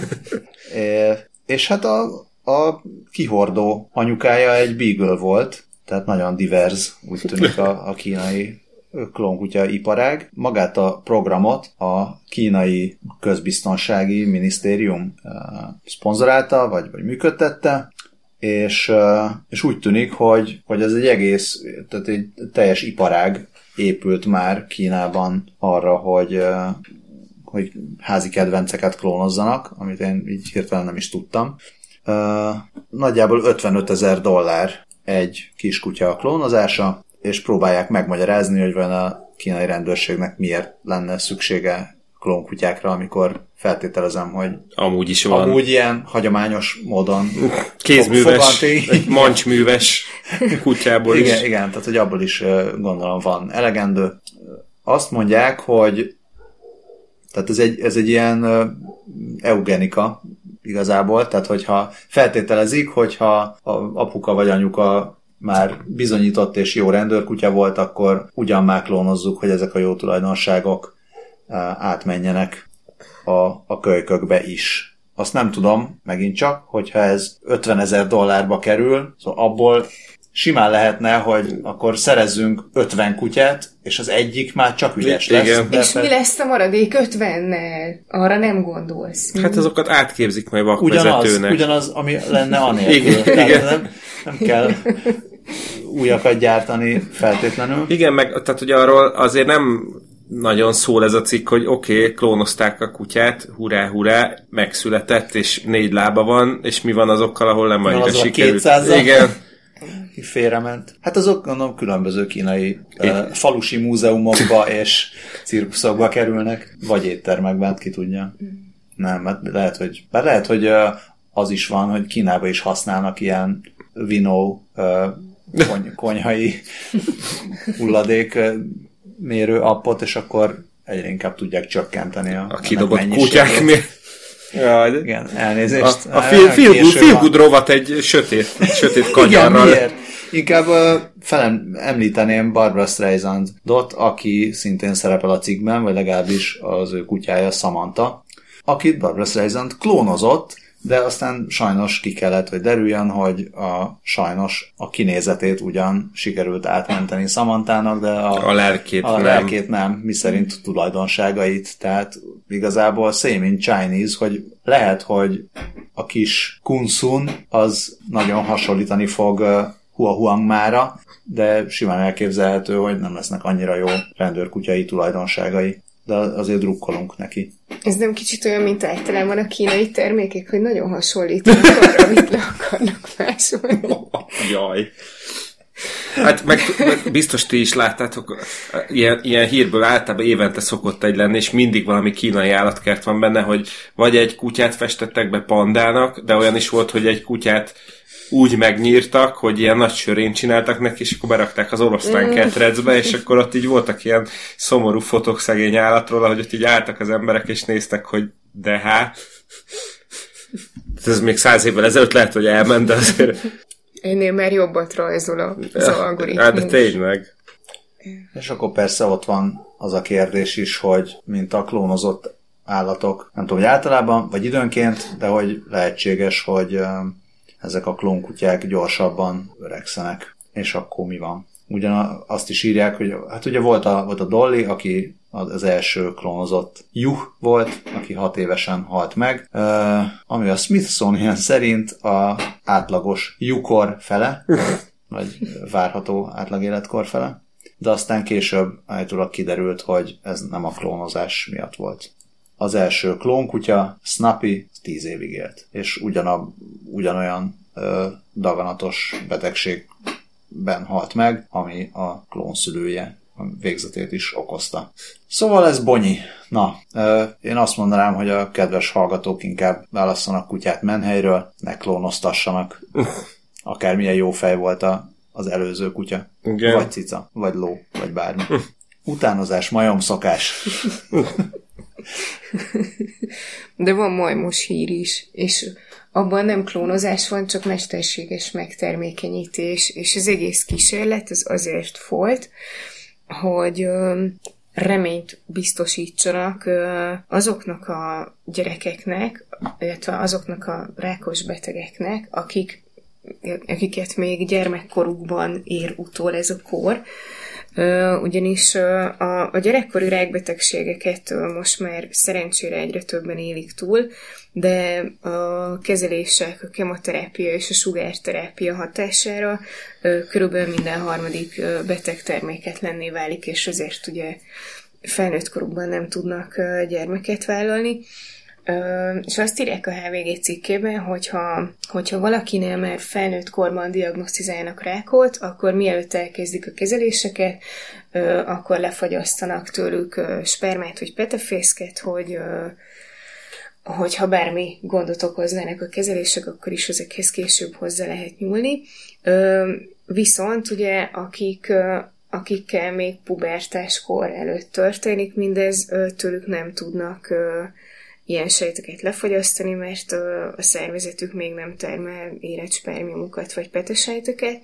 e, és hát a, a kihordó anyukája egy beagle volt, tehát nagyon divers, úgy tűnik a, a kínai klónkutya iparág. Magát a programot a kínai közbiztonsági minisztérium uh, szponzorálta, vagy, vagy működtette, és, uh, és úgy tűnik, hogy, hogy ez egy egész, tehát egy teljes iparág épült már Kínában arra, hogy, uh, hogy házi kedvenceket klónozzanak, amit én így hirtelen nem is tudtam. Uh, nagyjából ötvenötezer dollár egy kiskutya klónozása, és próbálják megmagyarázni, hogy vajon a kínai rendőrségnek miért lenne szüksége klónkutyákra, amikor feltételezem, hogy amúgy is van. Amúgy ilyen hagyományos módon kézműves, egy mancsműves kutyából igen, is. Igen, tehát hogy abból is gondolom van elegendő. Azt mondják, hogy tehát ez egy, ez egy ilyen eugenika igazából, tehát hogyha feltételezik, hogyha a apuka vagy anyuka már bizonyított és jó rendőrkutya volt, akkor ugyan már klónozzuk, hogy ezek a jó tulajdonságok átmenjenek a, a kölykökbe is. Azt nem tudom, megint csak, hogyha ez ötvenezer dollárba kerül, szóval abból simán lehetne, hogy akkor szerezzünk ötven kutyát, és az egyik már csak ügyes lesz. Igen. És mi lesz a maradék ötvennel? Arra nem gondolsz. Hát azokat átképzik majd vakvezetőnek. Ugyanaz, ugyanaz, ami lenne anélkül. Igen, igen. Nem, nem kell újakat gyártani feltétlenül. Igen, meg tehát ugye arról azért nem nagyon szól ez a cikk, hogy oké, okay, klónozták a kutyát, hurrá, hurrá, megszületett, és négy lába van, és mi van azokkal, ahol nem annyira sikerült. kétszázzal? Igen. Félrement. Hát azok gondolom különböző kínai uh, falusi múzeumokba és cirkuszokba kerülnek, vagy éttermekben, ki tudja. Nem, hát lehet, hogy, bár lehet, hogy uh, az is van, hogy Kínában is használnak ilyen vinó uh, kony- konyhai hulladék uh, mérő appot, és akkor egyre inkább tudják csökkenteni a, a kidobott kutyák miért. Jaj, igen, elnézést. A, a feel, feel, good, feel good rovat egy sötét, sötét kanyarral. Igen, miért? Inkább uh, felem, említeném Barbra Streisandot, aki szintén szerepel a cikkben, vagy legalábbis az ő kutyája Samantha, akit Barbra Streisand klónozott, de aztán sajnos ki kellett, hogy derüljön, hogy a, sajnos a kinézetét ugyan sikerült átmenteni Samanthának, de a, a lelkét, a nem. lelkét nem, miszerint tulajdonságait. Tehát igazából same in Chinese, hogy lehet, hogy a kis Kunsun az nagyon hasonlítani fog Hua Huangmára, de simán elképzelhető, hogy nem lesznek annyira jó rendőrkutyai tulajdonságai. De azért drukkolunk neki. Ez nem kicsit olyan, mint általában a kínai termékek, hogy nagyon hasonlítanak arra, amit le akarnak másolni. Jaj. Hát meg, meg biztos ti is láttátok, ilyen, ilyen hírből általában évente szokott egy lenni, és mindig valami kínai állatkert van benne, hogy vagy egy kutyát festettek be pandának, de olyan is volt, hogy egy kutyát úgy megnyírtak, hogy ilyen nagy sörén csináltak neki, és akkor berakták az oroszlán ketrecbe, és akkor ott így voltak ilyen szomorú fotók szegény állatról, ahogy ott így álltak az emberek, és néztek, hogy de hát. Ez még száz évvel ezelőtt lehet, hogy elment, de azért... Ennél már jobbat rajzol az algoritmus. Hát de tényleg. És akkor persze ott van az a kérdés is, hogy mint a klónozott állatok, nem tudom, hogy általában, vagy időnként, de hogy lehetséges, hogy ezek a klónkutyák gyorsabban öregszenek. És akkor mi van? Ugyan azt is írják, hogy hát ugye volt a, volt a Dolly, aki az első klónozott juh volt, aki hat évesen halt meg, uh, ami a Smithsonian szerint a átlagos juhkor fele, vagy várható átlagéletkor fele, de aztán később állítólag kiderült, hogy ez nem a klónozás miatt volt. Az első klónkutya, Snappy, tíz évig élt, és ugyanab, ugyanolyan ö, daganatos betegségben halt meg, ami a klónszülője végzetét is okozta. Szóval ez bonyi. Na, ö, én azt mondanám, hogy a kedves hallgatók inkább válasszanak kutyát menhelyről, ne klónoztassanak. Akármilyen jó fej volt a, az előző kutya. Igen. Vagy cica, vagy ló, vagy bármi. Utánozás, majomszokás. De van majmos hír is, és abban nem klónozás van, csak mesterséges megtermékenyítés, és az egész kísérlet az azért volt, hogy ö, reményt biztosítsanak ö, azoknak a gyerekeknek, illetve azoknak a rákos betegeknek, akik, akiket még gyermekkorukban ér utol ez a kor. Uh, ugyanis uh, a, a gyerekkori rákbetegségeket uh, most már szerencsére egyre többen élik túl, de a kezelések, a kemoterápia és a sugárterápia hatására uh, körülbelül minden harmadik uh, beteg terméketlenné válik, és ezért ugye felnőtt korukban nem tudnak uh, gyermeket vállalni. Uh, és azt írják a há vé gé cikkében, hogyha, hogyha valakinél már felnőtt korban diagnosztizálnak rákot, akkor mielőtt elkezdik a kezeléseket, uh, akkor lefagyasztanak tőlük uh, spermát vagy petefészket, hogy uh, hogyha bármi gondot okoznának a kezelések, akkor is ezekhez később hozzá lehet nyúlni. Uh, viszont ugye akik uh, akikkel még pubertáskor előtt történik mindez, uh, tőlük nem tudnak uh, ilyen sejteket lefogyasztani, mert a szervezetük még nem termel érett spermiumokat vagy petesejteket,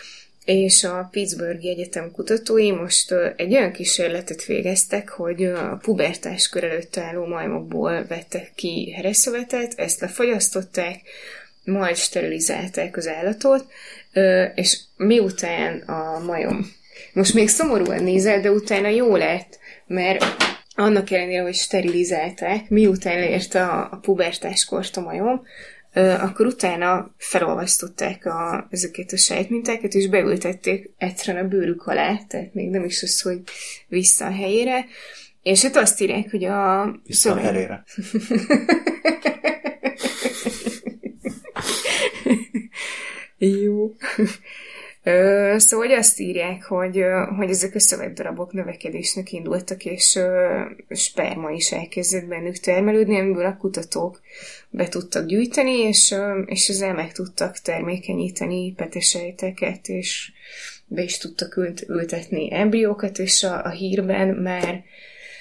és a Pittsburghi Egyetem kutatói most egy olyan kísérletet végeztek, hogy a pubertás kör előtt álló majmokból vettek ki hereszövetet, ezt lefogyasztották, majd sterilizálták az állatot, és miután a majom most még szomorúan nézel, de utána jó lett, mert annak ellenére, hogy sterilizálták, miután leérte a, a pubertáskort a majom, akkor utána felolvasztották a, ezeket a sejtmintákat, és beültették egyszerűen a bőrük alá, tehát még nem is az, hogy vissza a helyére, és hát azt írják, hogy a... Vissza a helyére. Jó. Szóval hogy azt írják, hogy, hogy ezek a szövetdarabok növekedésnek indultak, és sperma is elkezdett bennük termelődni, amiből a kutatók be tudtak gyűjteni, és, és ezzel meg tudtak termékenyíteni petesejteket, és be is tudtak ült, ültetni embriókat, és a, a hírben már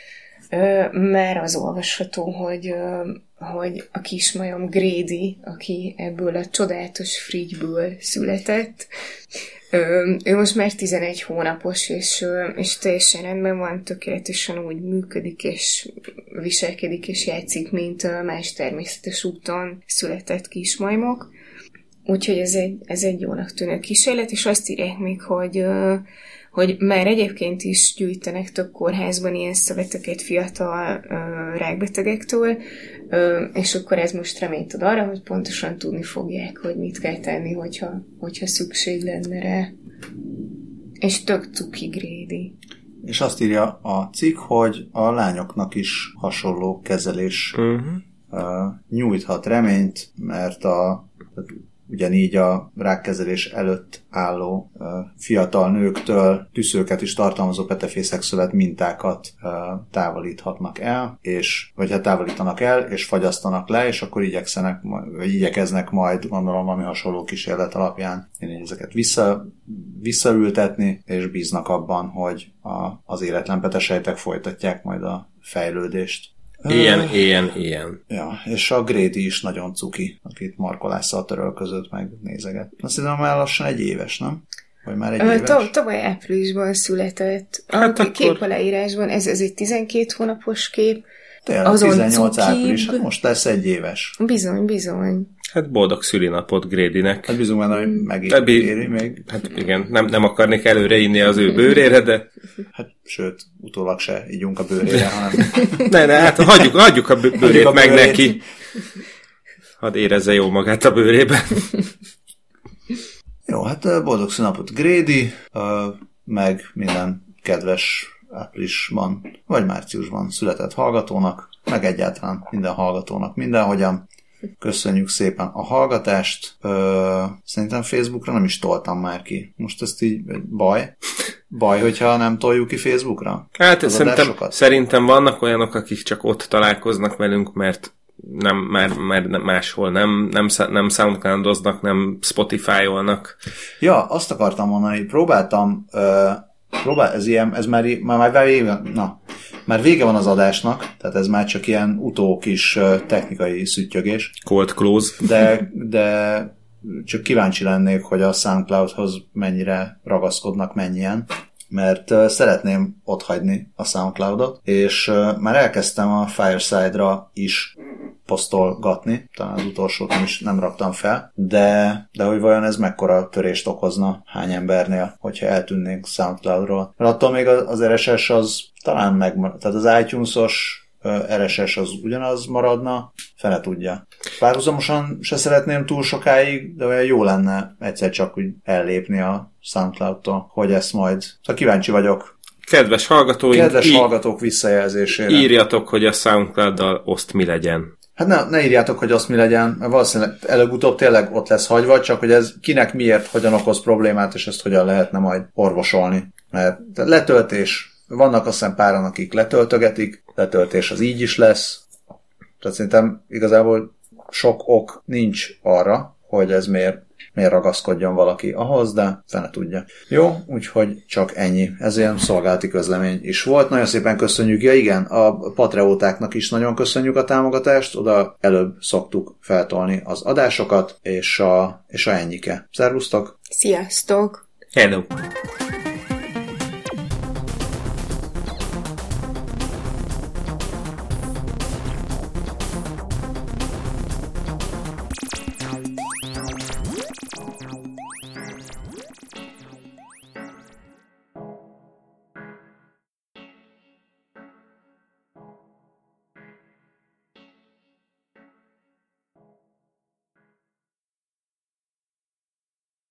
Már az olvasható, hogy, hogy a kismajom Grady, aki ebből a csodálatos frigyből született, ő most már tizenegy hónapos, és, és teljesen rendben van, tökéletesen úgy működik, és viselkedik, és játszik, mint más természetes úton született kismajmok. Úgyhogy ez egy, ez egy jónak tűnő kísérlet, és azt írják még, hogy, hogy már egyébként is gyűjtenek több kórházban ilyen szöveteket fiatal rákbetegektől, és akkor ez most reményt ad arra, hogy pontosan tudni fogják, hogy mit kell tenni, hogyha, hogyha szükség lenne rá. És tök cuki Grady. És azt írja a cikk, hogy a lányoknak is hasonló kezelés uh-huh. uh, nyújthat reményt, mert a ugyanígy a rákkezelés előtt álló uh, fiatal nőktől tüszőket is tartalmazó petefészek-szövet mintákat uh, távolíthatnak el, és, vagy hát távolítanak el, és fagyasztanak le, és akkor igyekszenek, vagy igyekeznek majd, gondolom, valami hasonló kísérlet alapján ezeket vissza, visszaültetni, és bíznak abban, hogy a, az éretlen petesejtek folytatják majd a fejlődést. Ilyen, uh, ilyen, ilyen. Ja, és a Grady is nagyon cuki, akit markolásszal törölközött, meg nézeget. Azt hiszem, már lassan egy éves, nem? Vagy már egy éves? T- tavaly áprilisban született. A hát akkor... kép aláírásban, ez, ez egy tizenkét hónapos kép. Tényleg, azon tizennyolc cukibb... április, hát most lesz egy éves. Bizony, bizony. Hát boldog szülinapot Gradynek. Hát bizony benne, hogy megéri még. Hát igen, nem, nem akarnék előre inni az ő bőrére, de... Hát sőt, utólag se ígyunk a bőrére, hanem... ne, ne, hát hagyjuk, hagyjuk a bőrét hagyjuk a meg bőrét. Neki. Hadd érezze jól magát a bőrében. Jó, hát boldog szülinapot Grady, meg minden kedves áprilisban, vagy márciusban született hallgatónak, meg egyáltalán minden hallgatónak mindenhogyan. Köszönjük szépen a hallgatást. Ö, szerintem Facebookra nem is toltam már ki. Most ezt így baj. Baj, hogyha nem toljuk ki Facebookra? Hát szerintem, szerintem vannak olyanok, akik csak ott találkoznak velünk, mert nem, már, már máshol nem, nem, nem soundcloudoznak, nem Spotify-olnak. Ja, azt akartam mondani, próbáltam... Ö, Próbál, ez ilyen, ez már, már, már, vége, na, már vége van az adásnak, tehát ez már csak ilyen utó kis uh, technikai szüttyögés. Cold close. De, de csak kíváncsi lennék, hogy a SoundCloudhoz mennyire ragaszkodnak mennyien, mert uh, szeretném otthagyni a SoundCloudot, és uh, már elkezdtem a Fireside-ra is posztolgatni, talán az utolsót nem is nem raktam fel, de, de hogy vajon ez mekkora törést okozna hány embernél, hogyha eltűnnénk SoundCloudról. Mert attól még az er es es az talán megmarad, tehát az iTunes-os er es es az ugyanaz maradna, fene tudja. Párhuzamosan se szeretném túl sokáig, de olyan jó lenne egyszer csak úgy ellépni a SoundCloud-tól, hogy ezt majd... Szóval kíváncsi vagyok. Kedves hallgatóink, Kedves í- hallgatók visszajelzésére. Írjatok, hogy a SoundCloud-dal oszt mi legyen. Hát ne, ne írjátok, hogy azt mi legyen, mert valószínűleg előbb-utóbb tényleg ott lesz hagyva, csak hogy ez kinek miért, hogyan okoz problémát, és ezt hogyan lehetne majd orvosolni. Mert letöltés, vannak azt hiszem páran, akik letöltögetik, letöltés az így is lesz. Tehát szerintem igazából sok ok nincs arra, hogy ez miért, miért ragaszkodjon valaki ahhoz, de fene tudja. Jó, úgyhogy csak ennyi. Ez ilyen szolgálati közlemény is volt. Nagyon szépen köszönjük. Ja igen, a patreótáknak is nagyon köszönjük a támogatást. Oda előbb szoktuk feltolni az adásokat, és a, és a ennyike. Szervusztok! Sziasztok! Hello!